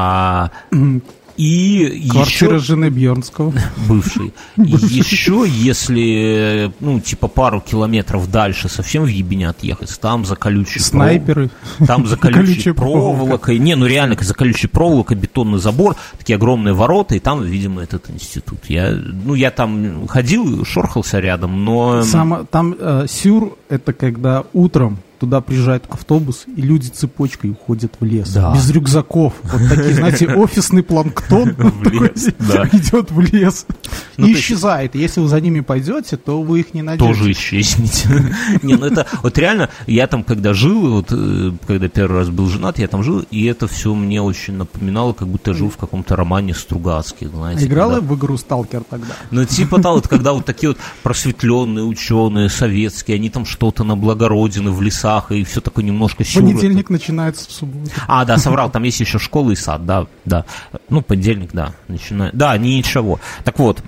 И квартира еще... жены Бьернского. Бывший. И еще, если, типа пару километров дальше совсем в ебень отъехать, там за колючей снайперы. Там за колючей проволокой. Не, реально, за колючей проволокой, бетонный забор, такие огромные ворота, и там, видимо, этот институт. Я там ходил, шорхался рядом, но... Там сюр, это когда утром туда приезжает автобус, и люди цепочкой уходят в лес. Да. Без рюкзаков. Вот такие, знаете, офисный планктон идет в лес и исчезает. Если вы за ними пойдете, то вы их не найдете. Тоже исчезнете. Не, это вот реально, я там когда жил, когда первый раз был женат, я там жил, и это все мне очень напоминало, как будто я жил в каком-то романе Стругацких, знаете. Играла в игру «Сталкер» тогда? Типа того, когда вот такие вот просветленные ученые советские, они там что-то на Благородино в лесах, и все такое немножко сюр. Понедельник начинается в субботу. Да, соврал, там есть еще школа и сад, да. Понедельник, да, начинает. Да, ничего. Так вот,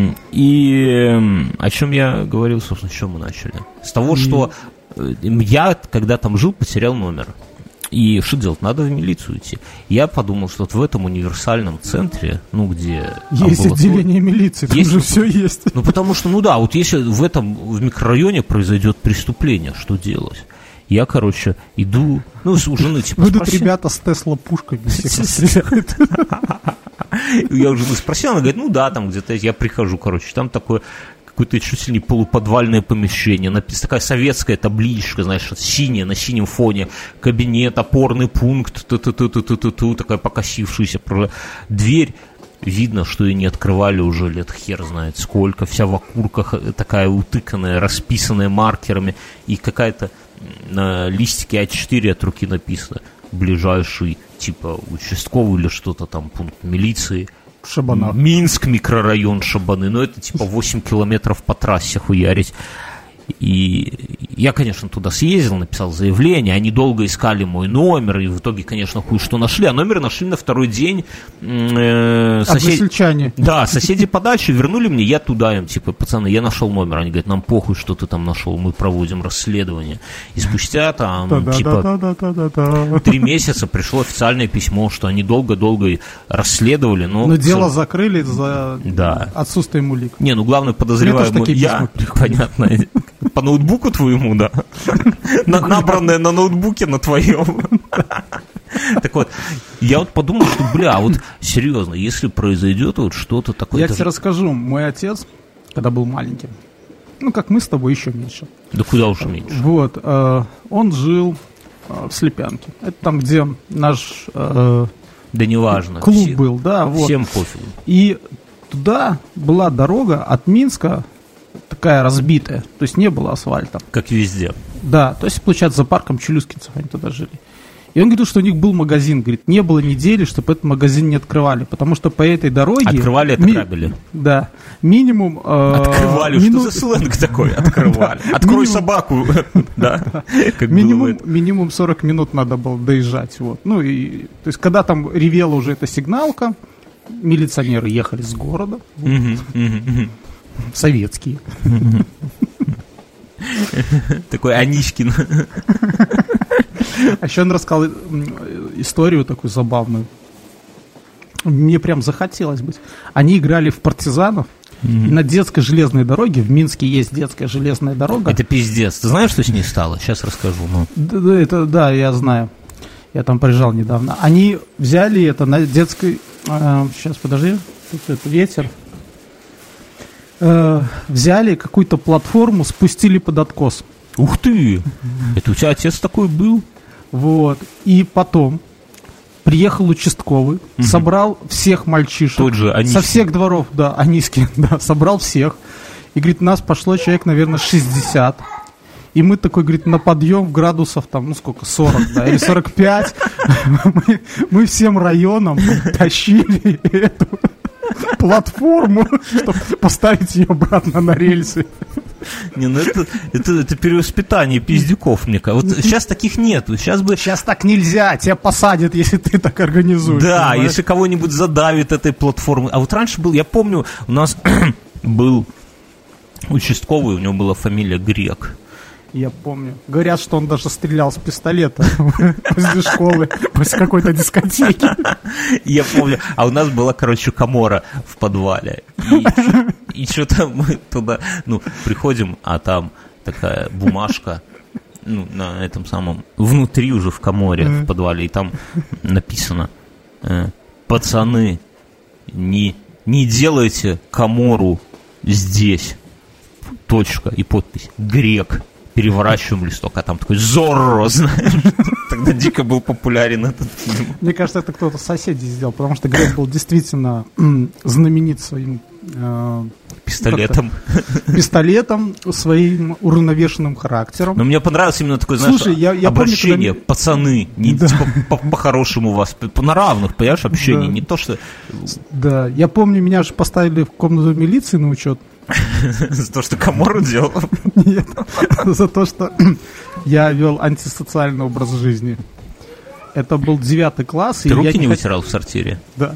и о чем я говорил, собственно, с чего мы начали? С того, что я, когда там жил, потерял номер. И что делать? Надо в милицию идти. Я подумал, что вот в этом универсальном центре, где... Есть отделение милиции, там же все есть. Потому что, вот если в микрорайоне произойдет преступление, что делать? Я, иду, у жены, выйдут ребята с Тесла-пушками, всех стреляют. Я у жены спросил, она говорит, там где-то, я прихожу, там такое какое-то чуть ли не полуподвальное помещение, такая советская табличка, знаешь, синяя, на синем фоне, кабинет, опорный пункт, такая покосившаяся дверь. Видно, что ее не открывали уже лет хер знает сколько, вся в окурках такая утыканная, расписанная маркерами, и какая-то на листике А4 от руки написано ближайший, типа, участковый или что-то там, пункт милиции. Шабанах. Минск, микрорайон Шабаны. Это типа 8 километров по трассе хуярить. И я, конечно, туда съездил, написал заявление, они долго искали мой номер, и в итоге, конечно, хуй что нашли, а номер нашли на второй день. Односельчане. Да, соседи по даче вернули мне, я туда им, пацаны, я нашел номер, они говорят, нам похуй, что ты там нашел, мы проводим расследование. И спустя 3 месяца пришло официальное письмо, что они долго-долго расследовали, но дело закрыли за отсутствием улик. Главный подозреваемый я, понятно. По ноутбуку твоему, да. Набранное на ноутбуке на твоем. Так вот, я подумал, что, серьезно, если произойдет что-то такое... Я тебе расскажу, мой отец, когда был маленьким, как мы с тобой, еще меньше. Да куда уж меньше. Он жил в Слепянке. Это там, где наш да неважно. Клуб был, да. Всем пофигу. И туда была дорога от Минска, такая разбитая, то есть не было асфальта. Как везде. Да, то есть, получается, за парком челюскинцев они туда жили. И он говорит, что у них был магазин. Говорит, не было недели, чтобы этот магазин не открывали. Потому что по этой дороге... Открывали, это грабили. Да. Минимум... Открывали, что за сленг такой? Открывали. Открой собаку. Да? Минимум 40 минут надо было доезжать. Вот. Ну, и, то есть, когда там ревела уже эта сигналка, милиционеры ехали с города. Советские. Такой Аничкин. А еще он рассказал историю такую забавную. Мне прям захотелось быть. Они играли в партизанов. И на детской железной дороге, в Минске есть детская железная дорога. Это пиздец. Ты знаешь, что с ней стало? Сейчас расскажу. Да, я знаю. Я там приезжал недавно. Они взяли это на детской... сейчас, подожди. Тут это ветер. Взяли какую-то платформу, спустили под откос. Ух ты! Это у тебя отец такой был? Вот. И потом приехал участковый, собрал всех мальчишек. Тот же Анискин. Со всех дворов, да, Анискин, да, собрал всех. И, говорит, нас пошло человек, наверное, 60. И мы такой, говорит, на подъем градусов, там, ну сколько, 40, да, или 45. Мы всем районам тащили эту платформу, чтобы поставить ее обратно на рельсы. Не, ну это перевоспитание пиздюков, мне кажется. Вот сейчас таких нету. Сейчас так нельзя, тебя посадят, если ты так организуешь. Да, понимаешь? если кого-нибудь задавит этой платформой. А вот раньше был, я помню, у нас был участковый, у него была фамилия Грек. Я помню. Говорят, что он даже стрелял с пистолета после школы, после какой-то дискотеки. Я помню. А у нас была, короче, камора в подвале. И что-то мы туда, приходим, а там такая бумажка, на этом самом, внутри уже в каморе, в подвале, и там написано: пацаны, не делайте камору здесь. Точка и подпись. Грек. Переворачиваем листок, а там такой Зорро, знаешь. Тогда дико был популярен этот фильм. Мне кажется, это кто-то соседей сделал, потому что Грек был действительно знаменит своим... Пистолетом. Пистолетом, своим уравновешенным характером. Но мне понравилось именно такое, знаешь, слушай, я обращение. Помню, пацаны, не, да. типа, по-хорошему у вас, на равных, понимаешь, общение, да. Не то, что... Да, я помню, меня же поставили в комнату милиции на учет. За то, что камору делал? Нет, за то, что я вел антисоциальный образ жизни. Это был 9 класс. Ты руки не вытирал в сортире? Да.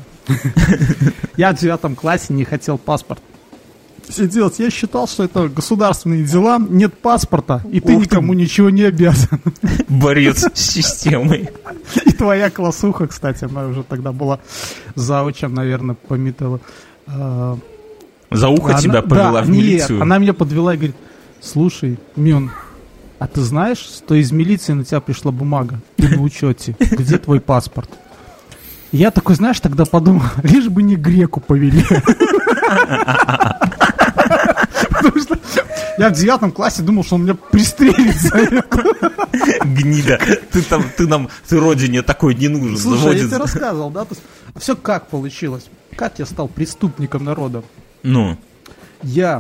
Я в 9 классе не хотел паспорт делать. Я считал, что это государственные дела, нет паспорта, и ты никому ничего не обязан. Борец с системой. И твоя классуха, кстати, она уже тогда была заучем, наверное, пометила. За ухо тебя повела в милицию? Нет, она меня подвела и говорит: слушай, Мюн, а ты знаешь, что из милиции на тебя пришла бумага? Ты на учете. Где твой паспорт? Я такой, знаешь, тогда подумал, лишь бы не Греку повели. Потому что я в 9 классе думал, что он меня пристрелит за это. Гнида. Ты родине такой не нужен. Слушай, я тебе рассказывал, да? Все как получилось? Как я стал преступником народа? Ну? Я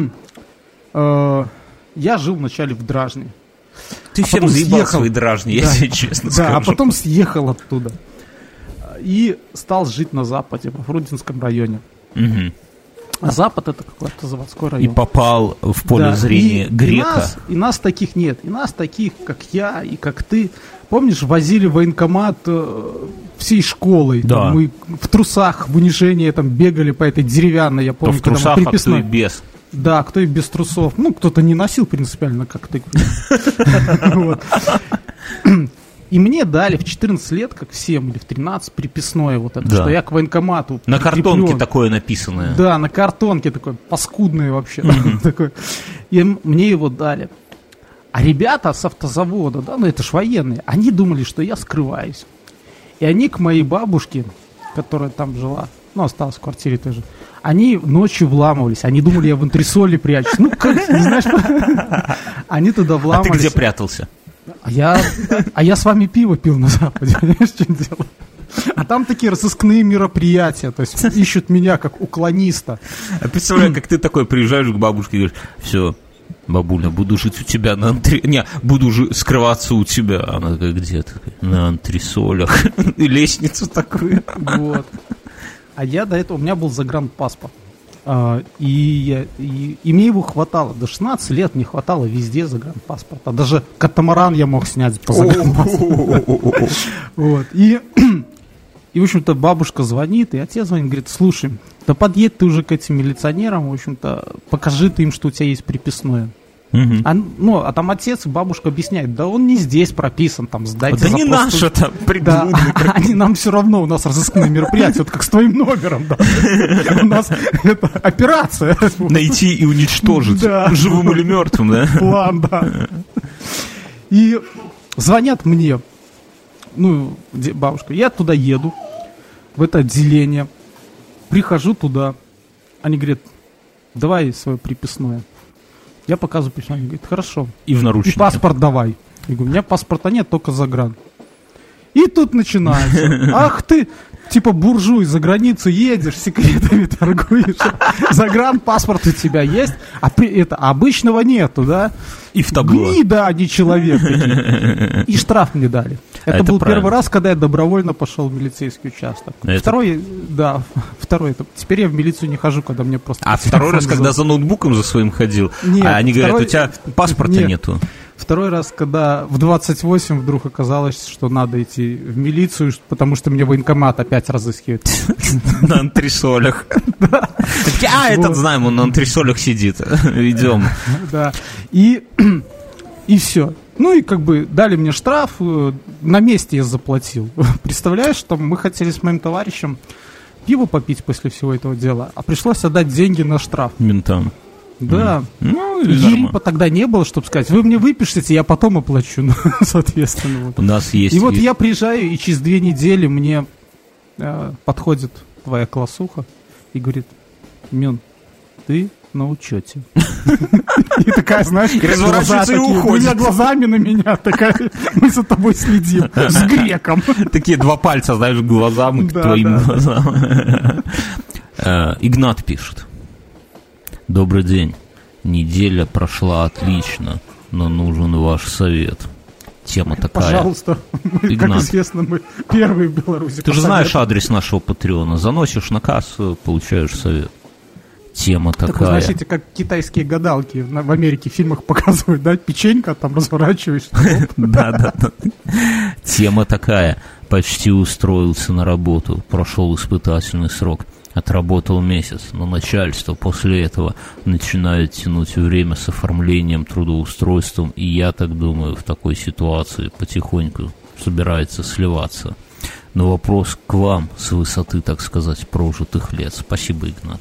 жил вначале в Дражне. Ты всем заебал свои Дражни, я тебе честно скажу. Да, а потом съехал оттуда. И стал жить на Западе, во Фрунзенском районе. Угу. А Запад — это какой-то заводской район. И попал в поле зрения Грека. И нас таких нет. И нас таких, как я и как ты. Помнишь, возили в военкомат всей школой. Да. Там мы в трусах, в унижении там бегали по этой деревянной, я помню, кто в трусах, а кто и без. Да, кто и без трусов. Ну, кто-то не носил принципиально, как ты. И мне дали в 14 лет, как всем, или в 13, приписное вот это, что я к военкомату на картонке такое написанное. Да, на картонке такое, паскудное вообще. И мне его дали. А ребята с автозавода, да, ну это ж военные, они думали, что я скрываюсь. И они к моей бабушке, которая там жила, ну, осталась в квартире тоже, они ночью вламывались, они думали, я в антресоле прячусь. Ну, как, не знаешь, они туда вламывались. А ты где прятался? А я с вами пиво пил на Западе, понимаешь, что дело? А там такие разыскные мероприятия, то есть ищут меня как уклониста. А представляю, как ты такой приезжаешь к бабушке и говоришь: все, Бабуля, буду жить у тебя на Не, буду скрываться у тебя. Она такая, где ты? На антресолях. И лестницу такую. Вот. А я до этого, у меня был загранпаспорт. И мне его хватало. До 16 лет мне хватало везде загранпаспорта. Даже катамаран я мог снять по загранпаспорту. Вот. И, в общем-то, бабушка звонит, и отец звонит, говорит, слушай, да подъедь ты уже к этим милиционерам, в общем-то, покажи ты им, что у тебя есть приписное. А там отец и бабушка объясняют, да он не здесь прописан, там сдайте запрос. Да не наше там, приблудный. Да, они нам все равно, у нас разыскное мероприятие, вот как с твоим номером, да. У нас это операция. Найти и уничтожить, живым или мертвым, да? План, да. И звонят мне, бабушка, я туда еду, в это отделение, прихожу туда, они говорят, давай свое приписное. Я показываю приписное, они говорят, хорошо. И в наручники. И паспорт давай. Я говорю, у меня паспорта нет, только загран. И тут начинается. Ах ты, типа буржуй, за границу едешь, секретами торгуешь. Загранпаспорт у тебя есть, а обычного нету, да? И в табло. Гнида, а не человек. И штраф мне дали. Это был первый раз, когда я добровольно пошел в милицейский участок. Второй, теперь я в милицию не хожу, когда мне просто... А второй раз, когда за ноутбуком за своим ходил, а они говорят, у тебя паспорта нету. Второй раз, когда в 28 вдруг оказалось, что надо идти в милицию, потому что мне военкомат опять разыскивает. На антресолях. Этот знаем, он на антресолях сидит. Идем. Да. И все. И как бы дали мне штраф, на месте я заплатил. Представляешь, что мы хотели с моим товарищем пиво попить после всего этого дела, а пришлось отдать деньги на штраф. Ментам. Да. Ерипа тогда не было, чтобы сказать, вы мне выпишите, я потом оплачу, соответственно. У нас есть... И вот я приезжаю, и через 2 недели мне подходит твоя классуха и говорит, Мен, ты на учете. И такая, знаешь, разворачивается и уходит. Двумя глазами на меня, такая, мы за тобой следим, с греком. Такие 2 пальца, знаешь, к глазам, к твоим глазам. Игнат пишет. Добрый день. Неделя прошла отлично, но нужен ваш совет. Тема такая. Пожалуйста. Игнат. Как известно, мы первые в Беларуси. Ты же знаешь адрес нашего патреона. Заносишь на кассу, получаешь совет. Тема такая. Знаете, как китайские гадалки в Америке в фильмах показывают, да? Печенька там разворачиваешь. Да. Тема такая. Почти устроился на работу. Прошел испытательный срок. Отработал месяц, но начальство после этого начинает тянуть время с оформлением, трудоустройством, и я так думаю, в такой ситуации потихоньку собирается сливаться. Но вопрос к вам с высоты, так сказать, прожитых лет. Спасибо, Игнат.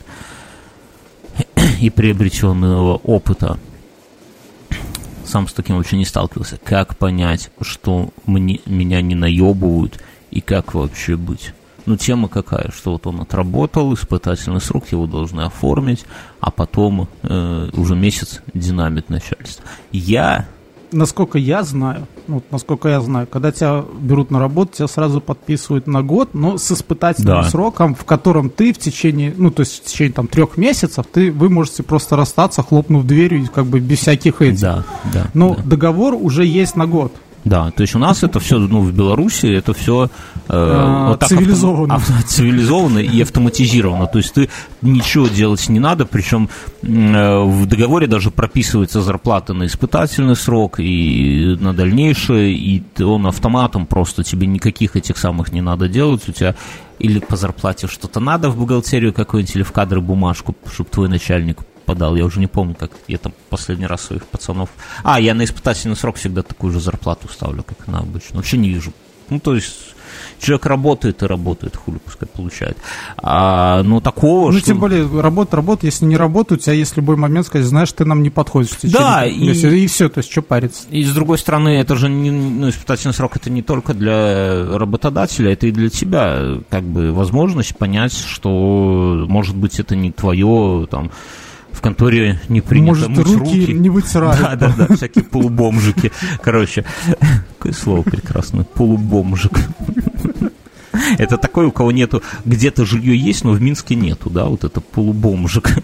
И приобретенного опыта. Сам с таким вообще не сталкивался. Как понять, что меня не наебывают, и как вообще быть? Тема какая, что вот он отработал, испытательный срок, его должны оформить, а потом уже месяц динамит начальство. Насколько я знаю, когда тебя берут на работу, тебя сразу подписывают на год, но с испытательным сроком, в котором ты в течение, то есть в течение 3 месяцев, вы можете просто расстаться, хлопнув дверью, как бы без всяких этих. Договор уже есть на год. Да, то есть у нас это все, в Беларуси это все цивилизованно. Цивилизованно и автоматизировано. То есть ты ничего делать не надо, причем в договоре даже прописывается зарплата на испытательный срок и на дальнейшее, и он автоматом просто, тебе никаких этих самых не надо делать, у тебя или по зарплате что-то надо в бухгалтерию какую-нибудь, или в кадры бумажку, чтобы твой начальник подал, я уже не помню, как я там последний раз своих пацанов... я на испытательный срок всегда такую же зарплату ставлю, как она обычно. Вообще не вижу. То есть человек работает и работает, хули пускай получает. Такого, что... тем более, работа, если не работает, у тебя есть любой момент сказать, знаешь, ты нам не подходишь. Да, и все, то есть, что париться. И с другой стороны, это же не, испытательный срок, это не только для работодателя, это и для тебя, как бы, возможность понять, что, может быть, это не твое, там, в конторе не принято мыть руки. Не вытирают. Да, всякие полубомжики. Короче, какое слово прекрасное, полубомжик. Это такой, у кого нету, где-то жилье есть, но в Минске нету, да, вот это полубомжик.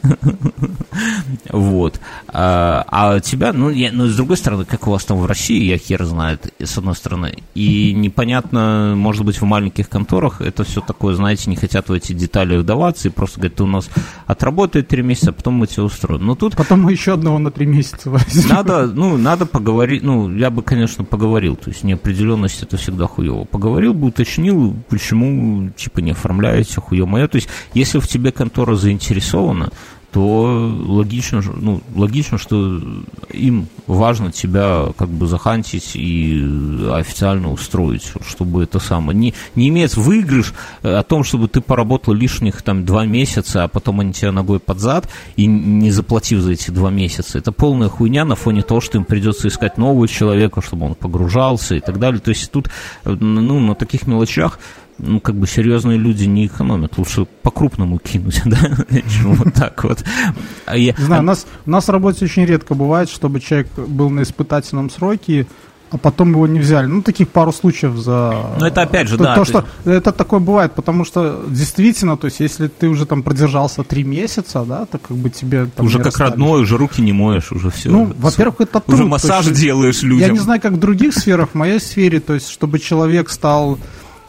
Вот. А тебя, с другой стороны, как у вас там в России, я хер знает, с одной стороны, и непонятно, может быть, в маленьких конторах это все такое, знаете, не хотят в эти детали вдаваться, и просто говорят, ты у нас отработает 3 месяца, а потом мы тебя устроим. Но тут... Потом мы еще одного на 3 месяца возьмем. Надо поговорить, я бы, конечно, поговорил, то есть неопределенность это всегда хуево. Поговорил бы, уточнил, почему, не оформляете, хуе мое. То есть, если в тебе контора заинтересована, то логично, что им важно тебя как бы захантить и официально устроить, чтобы это самое. Не имеет выигрыш о том, чтобы ты поработал лишних 2 месяца, а потом они тебя ногой под зад, и не заплатив за эти 2 месяца. Это полная хуйня на фоне того, что им придется искать нового человека, чтобы он погружался и так далее. То есть тут, на таких мелочах серьезные люди не экономят. Лучше по-крупному кинуть, да? Вот так вот. Не знаю, у нас в работе очень редко бывает, чтобы человек был на испытательном сроке, а потом его не взяли. Таких пару случаев за... это опять же, Это такое бывает, потому что действительно, то есть, если ты уже там продержался 3 месяца, да, то как бы тебе... Там, уже как родной, уже руки не моешь, уже все. Во-первых, это труд. Уже массаж делаешь людям. Я не знаю, как в других сферах, в моей сфере, то есть, чтобы человек стал...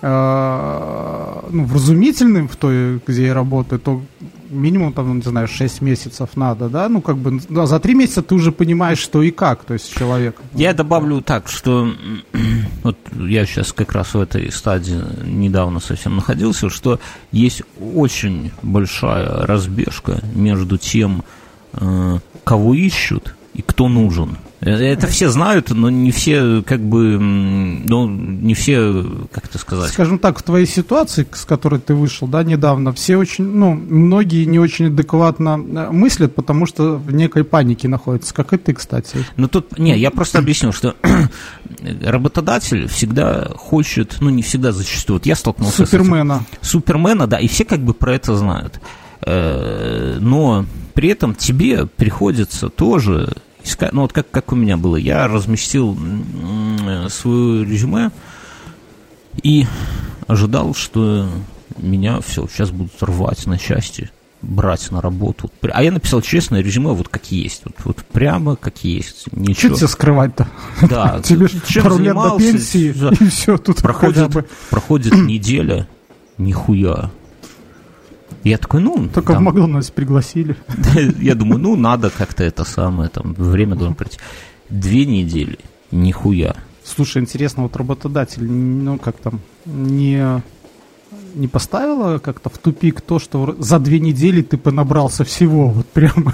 вразумительным в той, где я работаю, то минимум, 6 месяцев надо, да, за 3 месяца ты уже понимаешь, что и как, то есть человек. Я добавлю так, что вот я сейчас как раз в этой стадии недавно совсем находился, что есть очень большая разбежка между тем, кого ищут и кто нужен. Это все знают, но не все, не все, как это сказать. Скажем так, в твоей ситуации, с которой ты вышел, да, недавно, все очень, многие не очень адекватно мыслят, потому что в некой панике находятся, как и ты, кстати. Я просто объясню, что работодатель всегда хочет, не всегда, зачастую, вот я столкнулся Супермена. Супермена, да, и все про это знают. Но при этом тебе приходится тоже... как у меня было, я разместил свое резюме и ожидал, что меня сейчас будут рвать на части, брать на работу. А я написал честное резюме, вот как есть, вот прямо как есть. Ничего. Что тебе скрывать-то? Да. Тебе пару лет до пенсии, и все, тут проходит неделя, нихуя. Я такой, Только в Макдональдс пригласили. Я думаю, надо как-то это самое, время должно пройти. 2 недели, нихуя. Слушай, интересно, вот работодатель, не поставила как-то в тупик то, что за 2 недели ты понабрался всего, вот прямо.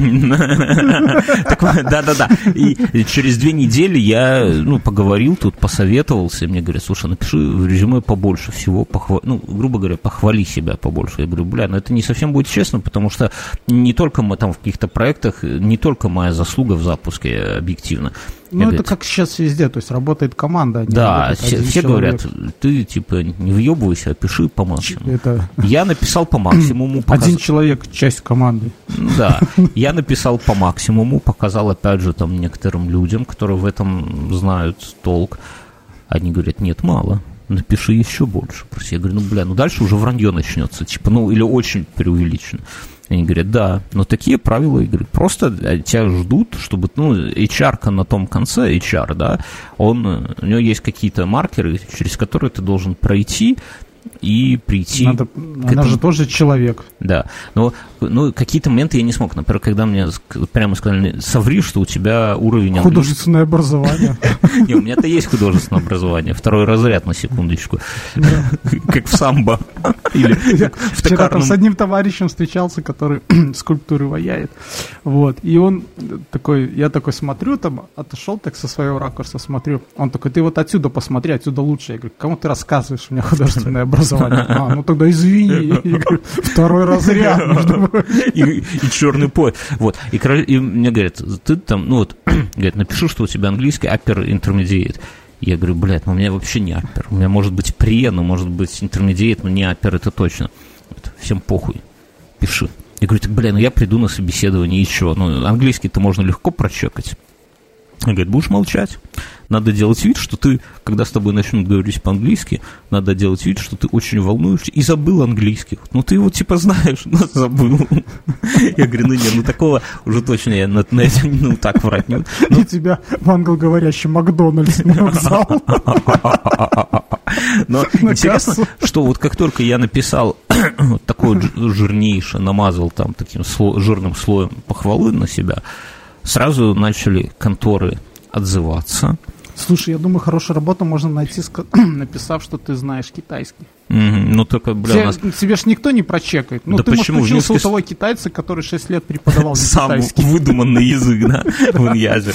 Да-да-да. И через 2 недели я, поговорил тут, посоветовался, и мне говорят, слушай, напиши в резюме побольше всего, грубо говоря, похвали себя побольше. Я говорю, это не совсем будет честно, потому что не только мы там в каких-то проектах, не только моя заслуга в запуске, объективно. Это как сейчас везде, то есть работает команда. Да, все говорят, ты не въебывайся, а пиши по максимуму. Я написал по максимуму. Один человек, часть команды. Да, я написал по максимуму, показал опять же некоторым людям, которые в этом знают толк. Они говорят, нет, мало, напиши еще больше. Я говорю, дальше уже вранье начнется, или очень преувеличено. Они говорят, да, но такие правила игры. Просто тебя ждут, чтобы, HR-ка на том конце, HR, да, у него есть какие-то маркеры, через которые ты должен пройти и прийти... Она же тоже человек. Да, но какие-то моменты я не смог. Например, когда мне прямо сказали, соври, что у тебя уровень английского... Художественное образование. Не, у меня-то есть художественное образование, 2-й разряд, на секундочку. Как в самбо. Или в токарном. С одним товарищем встречался, который скульптуры ваяет. Вот, и он такой, я такой смотрю, отошел так со своего ракурса, смотрю. Он такой, ты вот отсюда посмотри, отсюда лучше. Я говорю, кому ты рассказываешь, у меня художественное образование? Тогда извини. Я говорю, 2-й разряд. И черный пояс. Вот. И мне говорят, ты говорят, напиши, что у тебя английский upper intermediate. Я говорю, у меня вообще не upper. У меня может быть может быть intermediate, но не upper, это точно. Всем похуй. Пиши. Я говорю, я приду на собеседование, и что? Английский-то можно легко прочекать. Он говорит, будешь молчать. Надо делать вид, что ты, когда с тобой начнут говорить по-английски, надо делать вид, что ты очень волнуешься и забыл английский. Ну, ты его типа знаешь, но забыл. Я говорю, такого уже точно я на это так врать не буду. И тебя в англоговорящий Макдональдс на вокзал. Но интересно, что вот как только я написал вот такое жирнейшее, намазал там таким жирным слоем похвалы на себя, сразу начали конторы отзываться. Слушай, я думаю, хорошую работу можно найти, написав, что ты знаешь китайский. Ну, только, бля, Тебе ж никто не прочекает. Ну, да ты, почему? может, учился у того китайца, который 6 лет преподавал китайский. Сам выдуманный язык, да, в иньязе.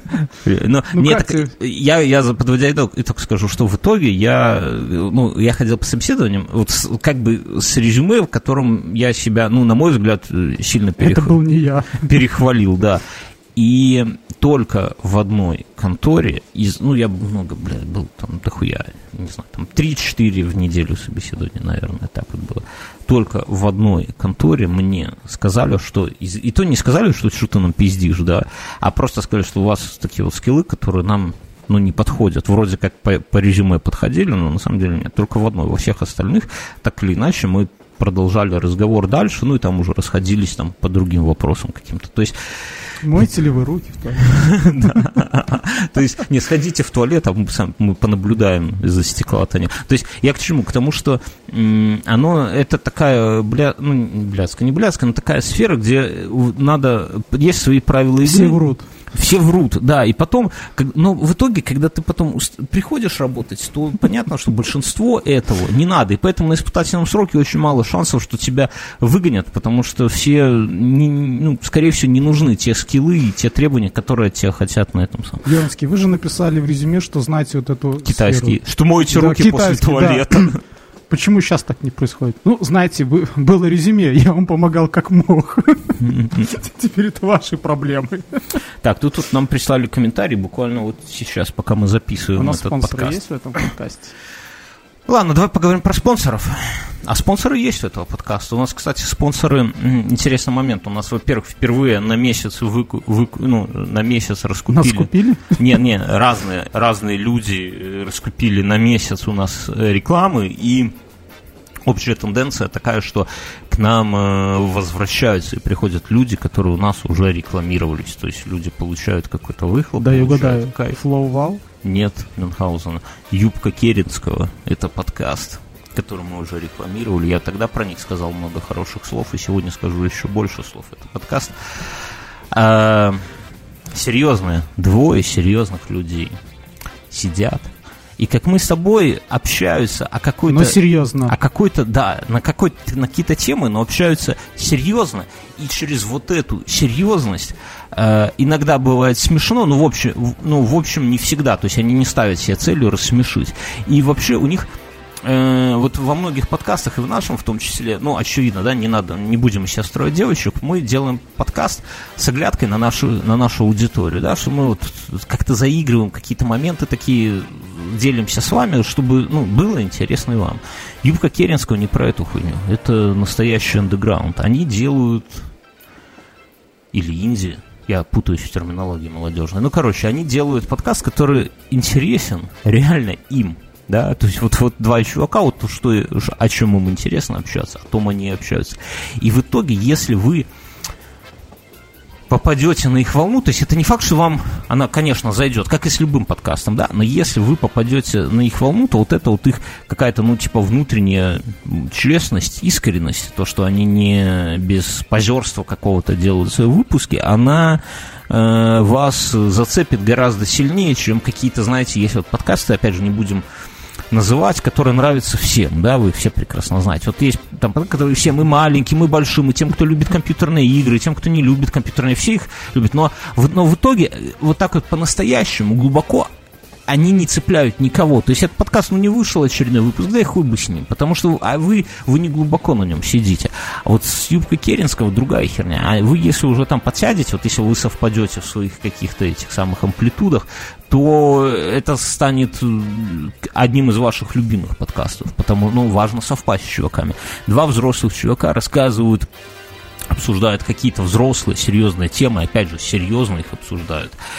Я, подводя итог, скажу, что в итоге я ходил по собеседованиям, вот как бы с резюме, в котором я себя, на мой взгляд, сильно Это был не я. перехвалил, да. И только в одной конторе, я много, был там дохуя, не знаю, там 3-4 в неделю собеседования, наверное, так вот было. Только в одной конторе мне сказали, что, и то не сказали, что ты нам пиздишь, да, а просто сказали, что у вас такие вот скиллы, которые нам, не подходят. Вроде как по резюме подходили, но на самом деле нет, только в одной. Во всех остальных, так или иначе, мы продолжали разговор дальше, и там уже расходились там по другим вопросам каким-то. То есть... Моете ли вы руки в туалете? То есть, не сходите в туалет, а мы понаблюдаем из-за стекла. То есть, я к чему? К тому, что это такая, не блядская, но такая сфера, где есть свои правила игры. Все врут. Все врут, да, и потом, но в итоге, когда ты потом приходишь работать, то понятно, что большинство этого не надо, и поэтому на испытательном сроке очень мало шансов, что тебя выгонят, потому что все, скорее всего, не нужны те скиллы и те требования, которые от тебя хотят на этом самом. Леонский, вы же написали в резюме, что знаете вот эту китайский, сферу. что моете руки после туалета. Да. Почему сейчас так не происходит? Знаете, было резюме, я вам помогал как мог. Теперь это ваши проблемы. Так, тут нам прислали комментарий буквально вот сейчас, пока мы записываем этот подкаст. У нас спонсоры есть в этом подкасте? Ладно, давай поговорим про спонсоров. А спонсоры есть у этого подкаста. У нас, кстати, спонсоры, интересный момент. У нас, во-первых, впервые на месяц на месяц раскупили. Нас купили? Не, разные люди раскупили на месяц у нас рекламы, и общая тенденция такая, что к нам возвращаются и приходят люди, которые у нас уже рекламировались. То есть люди получают какой-то выхлоп. Да, я угадаю. Flow Wow? Нет, Мюнхгаузена. Юбка Керенского. Это подкаст, который мы уже рекламировали. Я тогда про них сказал много хороших слов, и сегодня скажу еще больше слов. Это подкаст. Серьезные, двое серьезных людей сидят. И как мы с тобой общаются о какой-то... Но серьезно. О какой-то, да, на какие-то темы, но общаются серьезно. И через вот эту серьезность иногда бывает смешно, но в общем не всегда. То есть они не ставят себе целью рассмешить. И вообще у них... вот во многих подкастах, и в нашем в том числе, очевидно, да, не будем сейчас строить девочек, мы делаем подкаст с оглядкой на нашу аудиторию, да, что мы вот как-то заигрываем какие-то моменты такие, делимся с вами, чтобы, было интересно и вам. Юбка Керенского не про эту хуйню, это настоящий андеграунд. Они делают, или инди, я путаюсь в терминологии молодежной, они делают подкаст, который интересен реально им. Да, то есть вот два чувака, о чем им интересно общаться, о том они и общаются. И в итоге, если вы попадете на их волну, то есть это не факт, что вам она, конечно, зайдет, как и с любым подкастом, да, но если вы попадете на их волну, то вот это вот их какая-то, внутренняя честность, искренность, то, что они не без позерства какого-то делают свои выпуски, она вас зацепит гораздо сильнее, чем какие-то, знаете, есть вот подкасты, опять же, не будем называть, которые нравятся всем, да, вы все прекрасно знаете. Вот есть там, которые всем, и маленьким, и большим, и тем, кто любит компьютерные игры, и тем, кто не любит компьютерные, все их любят, но в итоге вот так вот по-настоящему глубоко они не цепляют никого. То есть этот подкаст, не вышел очередной выпуск, да и хуй бы с ним, потому что вы не глубоко на нем сидите. А вот с Юбкой Керенского другая херня. А вы, если уже там подсядете, вот если вы совпадете в своих каких-то этих самых амплитудах, то это станет одним из ваших любимых подкастов, потому важно совпасть с чуваками. Два взрослых чувака рассказывают, обсуждают какие-то взрослые, серьезные темы, опять же, серьезно их обсуждают.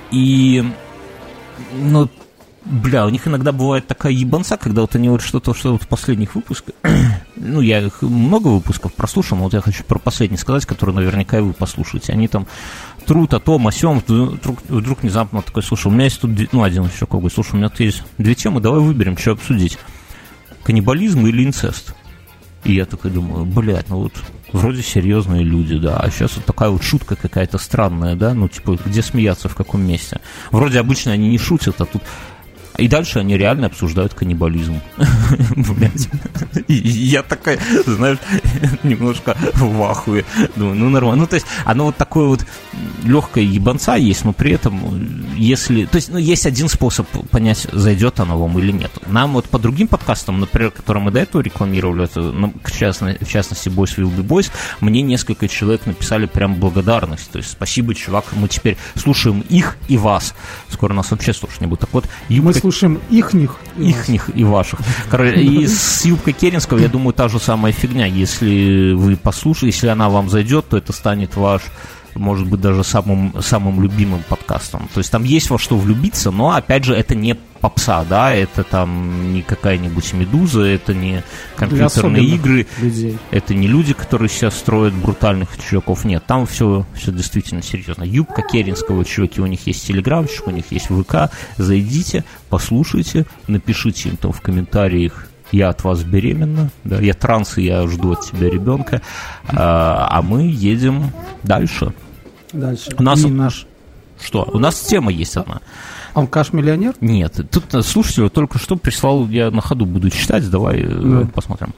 И, ну, бля, у них иногда бывает такая ебанца, когда вот они вот что-то вот в последних выпусках, ну, я их много выпусков прослушал, но вот я хочу про последний сказать, который наверняка и вы послушаете. Они там трут о том, о сём, вдруг внезапно такой, слушай, у меня есть тут, ну, один еще какой, слушай, у меня тут есть 2 темы, давай выберем, что обсудить. Каннибализм или инцест? И я такой думаю, блядь, ну вот вроде серьезные люди, да, а сейчас вот такая вот шутка какая-то странная, да, ну, типа, где смеяться, в каком месте? Вроде обычно они не шутят, а тут... И дальше они реально обсуждают каннибализм. Блять. И я такая, знаешь, немножко в ахуе. Думаю, ну нормально. Ну, то есть, оно вот такое вот легкое ебанца есть, но при этом, если... То есть, ну, есть один способ понять, зайдет оно вам или нет. Нам вот по другим подкастам, например, которые мы до этого рекламировали, это, в частности, Boys Will Be Boys, мне несколько человек написали прям благодарность. То есть, спасибо, чувак, мы теперь слушаем их и вас. Скоро нас вообще слушать не будет. Так вот, мы слушаем ихних и ваших. Короче, и с Юбкой Керенского, я думаю, та же самая фигня. Если вы послушаете, если она вам зайдет, то это станет ваш, может быть, даже самым любимым подкастом. То есть там есть во что влюбиться, но, опять же, это не попса, да, это там не какая-нибудь медуза, это не компьютерные игры, людей. Это не люди, которые сейчас строят брутальных чуваков. Нет, там все действительно серьезно. Юбка Керенского, чуваки, у них есть телеграмчик, у них есть ВК. Зайдите, послушайте, напишите им там в комментариях: я от вас беременна, да, я транс, и я жду от тебя ребенка, а мы едем дальше. У нас что? У нас тема есть одна. Алкаш-миллионер? Нет, тут слушатель только что прислал, я на ходу буду читать, давай посмотрим.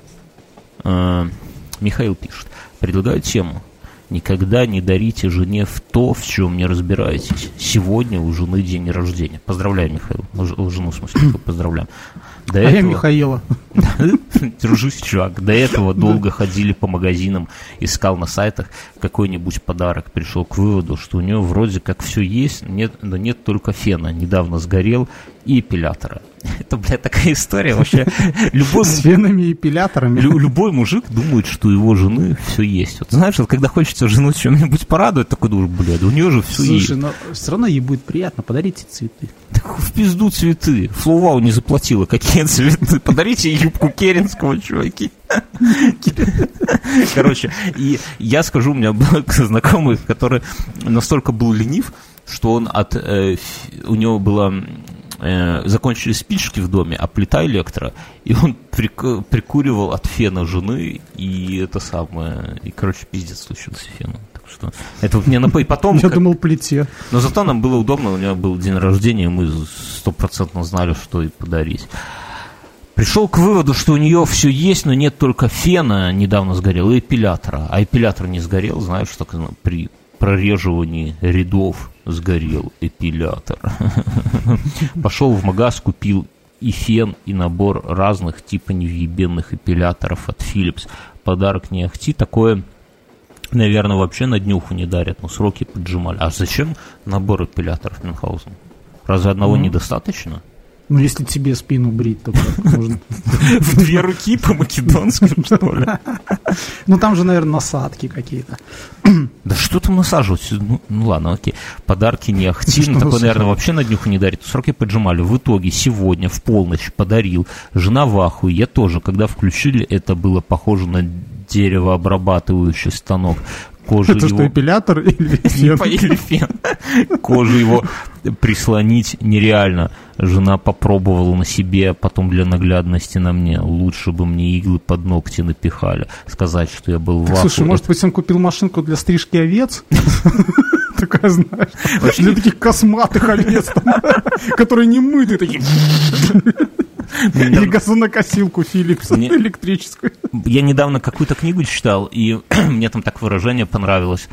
Михаил пишет: предлагаю тему: никогда не дарите жене в то, в чем не разбираетесь. Сегодня у жены день рождения. Поздравляю, Михаил. Жену, в смысле, поздравляем. Я Михаила. Держись, чувак. До этого долго ходили по магазинам, искал на сайтах какой-нибудь подарок. Пришел к выводу, что у него вроде как все есть, но нет только фена. Недавно сгорел и эпилятора. Это, блядь, такая история вообще. С фенами и эпиляторами. Любой мужик думает, что у его жены все есть. Вот знаешь, вот когда хочется жену чем-нибудь порадовать, такой думаешь, блядь, у нее же все есть. Слушай, но все равно ей будет приятно, подарите цветы. Так в пизду цветы. Флоувау не заплатила. Какие цветы? Подарите Юбку Керенского, чуваки. Короче, и я скажу, у меня был знакомый, который настолько был ленив, что он у него было... закончились спички в доме, а плита электро, и он прикуривал от фена жены, и это самое, и, короче, пиздец случился феном. Так что это вот мне напомнило. Потом... Я думал, плите. Но зато нам было удобно, у него был день рождения, мы 100% знали, что и подарить. Пришел к выводу, что у нее все есть, но нет только фена, недавно сгорел, и эпилятора. А эпилятор не сгорел, знаешь, что при прореживании рядов сгорел эпилятор. Пошел в магаз, купил и фен, и набор разных типа невъебенных эпиляторов от Philips. Подарок не ахти, такое, наверное, вообще на днюху не дарят, но сроки поджимали. А зачем набор эпиляторов Мюнхгаузен? Разве одного недостаточно? Ну, если тебе спину брить, то можно... В 2 руки по-македонски, что ли? Ну, там же, наверное, насадки какие-то. Да что там насаживать? Ну ладно, окей. Подарки не ахти. Ну, такой, наверное, вообще на днюху не дарит. Сроки поджимали. В итоге сегодня в полночь подарил. Жена в ахуе. Я тоже. Когда включили, это было похоже на деревообрабатывающий станок. Кожу это его... что, эпилятор или фен? Или фен. Кожу его прислонить нереально. Жена попробовала на себе, потом для наглядности на мне. Лучше бы мне иглы под ногти напихали. Сказать, что я был в ахуе. Слушай, может быть, он купил машинку для стрижки овец? Такая, знаешь, для таких косматых овец, которые не мыты, такие... Или газонокосилку Philips электрическую. Я недавно какую-то книгу читал, и мне там так выражение понравилось.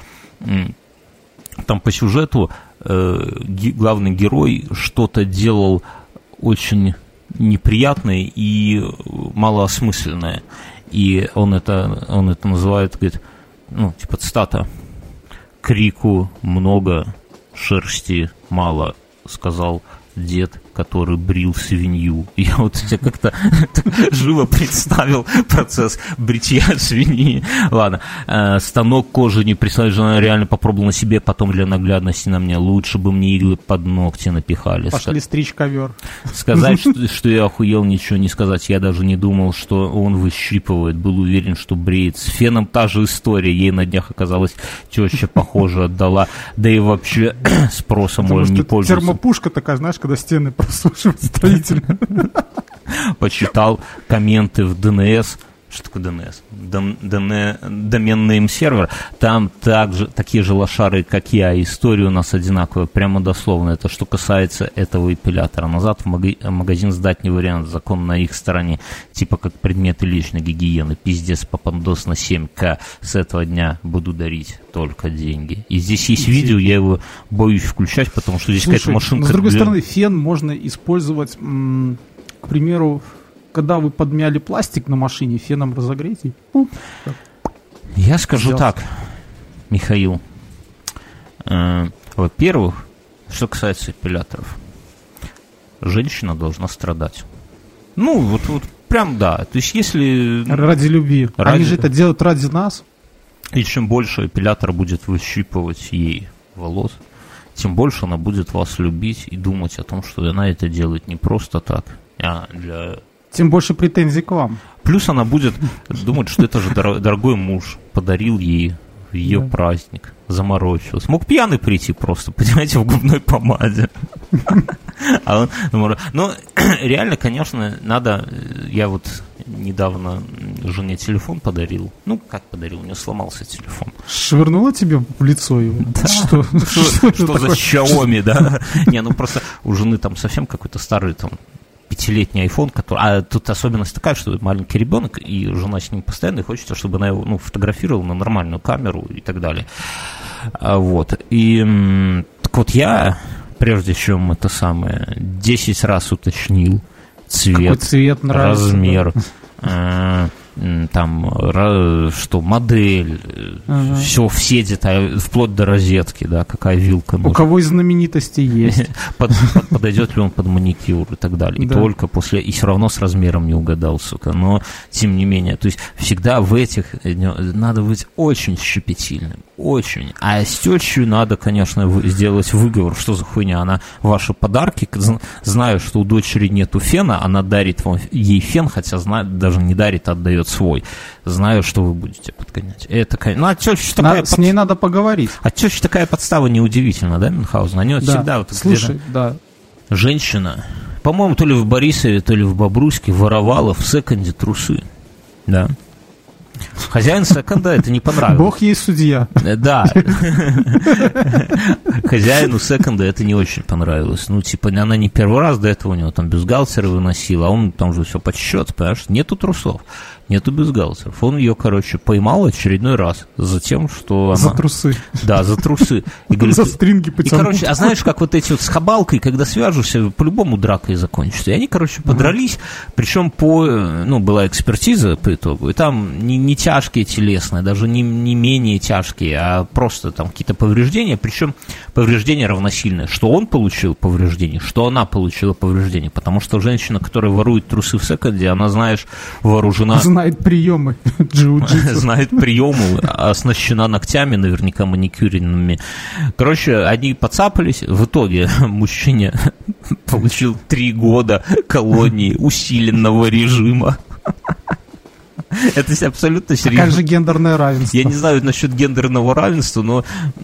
Там по сюжету главный герой что-то делал очень неприятное и малоосмысленное. И он это называет, говорит, ну, типа цитата: «Крику много, шерсти мало, сказал дед который брил свинью. Я вот себе как-то живо представил процесс бритья свиньи. Ладно. Станок кожи не прислали, жена реально попробовала на себе, потом для наглядности на мне. Лучше бы мне иглы под ногти напихали. Пошли стричь ковер. Сказать, что я охуел, ничего не сказать. Я даже не думал, что он выщипывает. Был уверен, что бреет. С феном та же история. Ей на днях оказалось, теща, похоже, отдала. Да и вообще спросом можно не пользоваться. Термопушка такая, знаешь, когда стены просушивают строительно. Почитал комменты в ДНС. Что такое ДНС? Доменный сервер. Там также такие же лошары, как я. История у нас одинаковая, прямо дословно. Это что касается этого эпилятора. Назад в магазин сдать не вариант. Закон на их стороне. Типа как предметы личной гигиены. Пиздец, попандос на 7К. С этого дня буду дарить только деньги. И здесь есть видео, я его боюсь включать, потому что здесь какая-то машинка. С другой стороны, фен можно использовать, к примеру, когда вы подмяли пластик на машине, феном разогрейте. Я скажу так, Михаил. Во-первых, что касается эпиляторов, женщина должна страдать. Ну, вот прям да. То есть, если... Ради любви. Они же это делают ради нас. И чем больше эпилятор будет выщипывать ей волос, тем больше она будет вас любить и думать о том, что она это делает не просто так, а для... Тем больше претензий к вам. Плюс она будет думать, что это же дорогой муж подарил ей в ее праздник, заморочился. Мог пьяный прийти просто, понимаете, в губной помаде. Но реально, конечно, надо... Я вот недавно жене телефон подарил. Ну, как подарил? У нее сломался телефон. Швырнула тебе в лицо его? Да. Что за Xiaomi, да? Не, ну просто у жены там совсем какой-то старый там 5-летний iPhone, который... А тут особенность такая, что маленький ребенок, и жена с ним постоянно, и хочется, чтобы она его фотографировала на нормальную камеру и так далее. Вот. И так вот я, прежде чем это самое, 10 раз уточнил цвет нравится, размер, там, что модель, все детали, вплоть до розетки, да, какая вилка нужна. У кого из знаменитостей есть. Подойдет ли он под маникюр и так далее. И только после, и все равно с размером не угадал, сука. Но, тем не менее, то есть, всегда в этих, надо быть очень щепетильным, очень. А с тещей надо, конечно, сделать выговор, что за хуйня, она ваши подарки, зная, что у дочери нету фена, она дарит вам ей фен, хотя знает, даже не дарит, а отдает свой, знаю, что вы будете подгонять. Это, ну, а теща такая... С ней надо поговорить. А теща такая подстава неудивительна, да, Мюнхгаузен? Они вот всегда... Вот, слушай, да. Женщина, по-моему, то ли в Борисове, то ли в Бобруйске воровала в секонде трусы. Да. Хозяин секонда это не понравилось. Бог ей судья. Да. Хозяину секонда это не очень понравилось. Ну, типа, она не первый раз до этого у него там бюстгальтеры выносила, а он там же все подсчет, понимаешь? Нету трусов, нету бюстгальтеров. Он ее, короче, поймал очередной раз за тем, что она... За трусы. Да, за трусы. И говорит, за стринги потянул. И, короче, а знаешь, как вот эти вот с хабалкой, когда свяжешься, по-любому дракой закончится. И они, короче, подрались, причем была экспертиза по итогу, и там не тяжкие телесные, даже не менее тяжкие, а просто там какие-то повреждения, причем повреждения равносильные. Что он получил повреждение, что она получила повреждение, потому что женщина, которая ворует трусы в секонде, она, знаешь, вооружена... Знает приемы джиу-джитсу. Знает приемы, оснащена ногтями, наверняка маникюренными. Короче, они подцапались, в итоге мужчина получил 3 года колонии усиленного режима. Это абсолютно серьезно. А как же гендерное равенство? Я не знаю насчет гендерного равенства, но...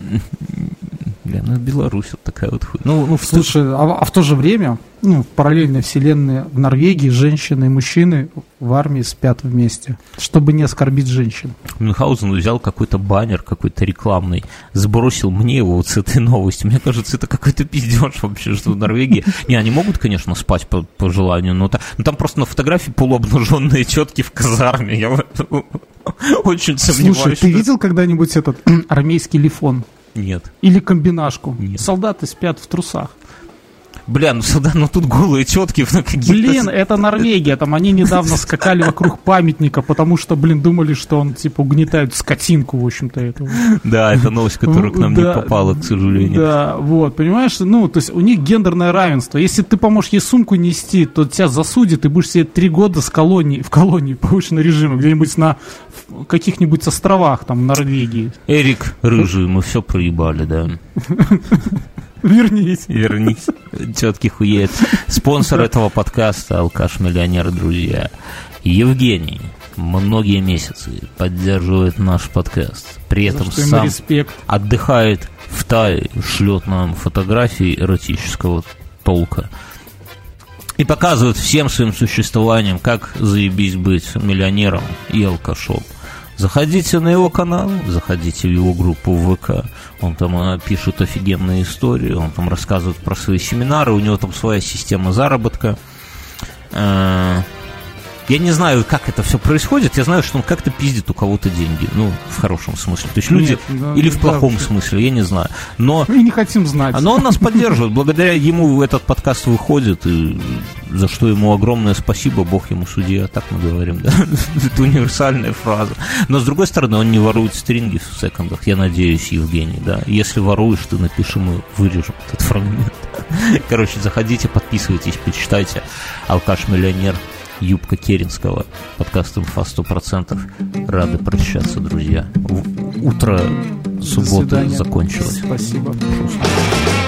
Беларусь вот такая вот хуйня. Слушай, а в то же время, в параллельной вселенной в Норвегии женщины и мужчины в армии спят вместе, чтобы не оскорбить женщин. Мюнхгаузен взял какой-то баннер, какой-то рекламный, сбросил мне его вот с этой новостью. Мне кажется, это какой-то пиздеж вообще, что в Норвегии... Не, они могут, конечно, спать по желанию, но там просто на фотографии полуобнаженные тетки в казарме. Я очень сомневаюсь. Слушай, ты видел когда-нибудь этот армейский лифон? Нет. Или комбинашку? Нет. Солдаты спят в трусах. Бля, ну сюда, ну тут голые тетки на каких-то... Блин, это Норвегия, там они недавно скакали вокруг памятника, потому что, блин, думали, что он, типа, угнетает скотинку, в общем-то, этого. Да, это новость, которая к нам не попала, к сожалению. Да, вот, понимаешь, ну, то есть у них гендерное равенство. Если ты поможешь ей сумку нести, то тебя засудят, и будешь сидеть 3 года в колонии повышенного режима, где-нибудь на каких-нибудь островах, там, в Норвегии. Эрик Рыжий, мы все проебали, да. Вернись. Тетки хуеют. Спонсор этого подкаста — алкаш-миллионер, друзья. Евгений многие месяцы поддерживает наш подкаст. При этом сам отдыхает в Тае, шлет нам фотографии эротического толка и показывает всем своим существованием, как заебись быть миллионером и алкашом. Заходите на его канал, заходите в его группу в ВК. Он там пишет офигенные истории, он там рассказывает про свои семинары, у него там своя система заработка. Я не знаю, как это все происходит, я знаю, что он как-то пиздит у кого-то деньги, ну, в хорошем смысле. То есть люди, или в плохом смысле, я не знаю. Но мы не хотим знать. Но он нас поддерживает, благодаря ему этот подкаст выходит, и за что ему огромное спасибо, Бог ему судья, так мы говорим, да? Это универсальная фраза. Но, с другой стороны, он не ворует стринги в секондах, я надеюсь, Евгений, да? Если воруешь, ты напиши, мы вырежем этот фрагмент. Короче, заходите, подписывайтесь, почитайте. Алкаш-миллионер, Юбка Керенского, подкаст «Инфа 100%». Рады прощаться, друзья. Утро субботы закончилось. Спасибо.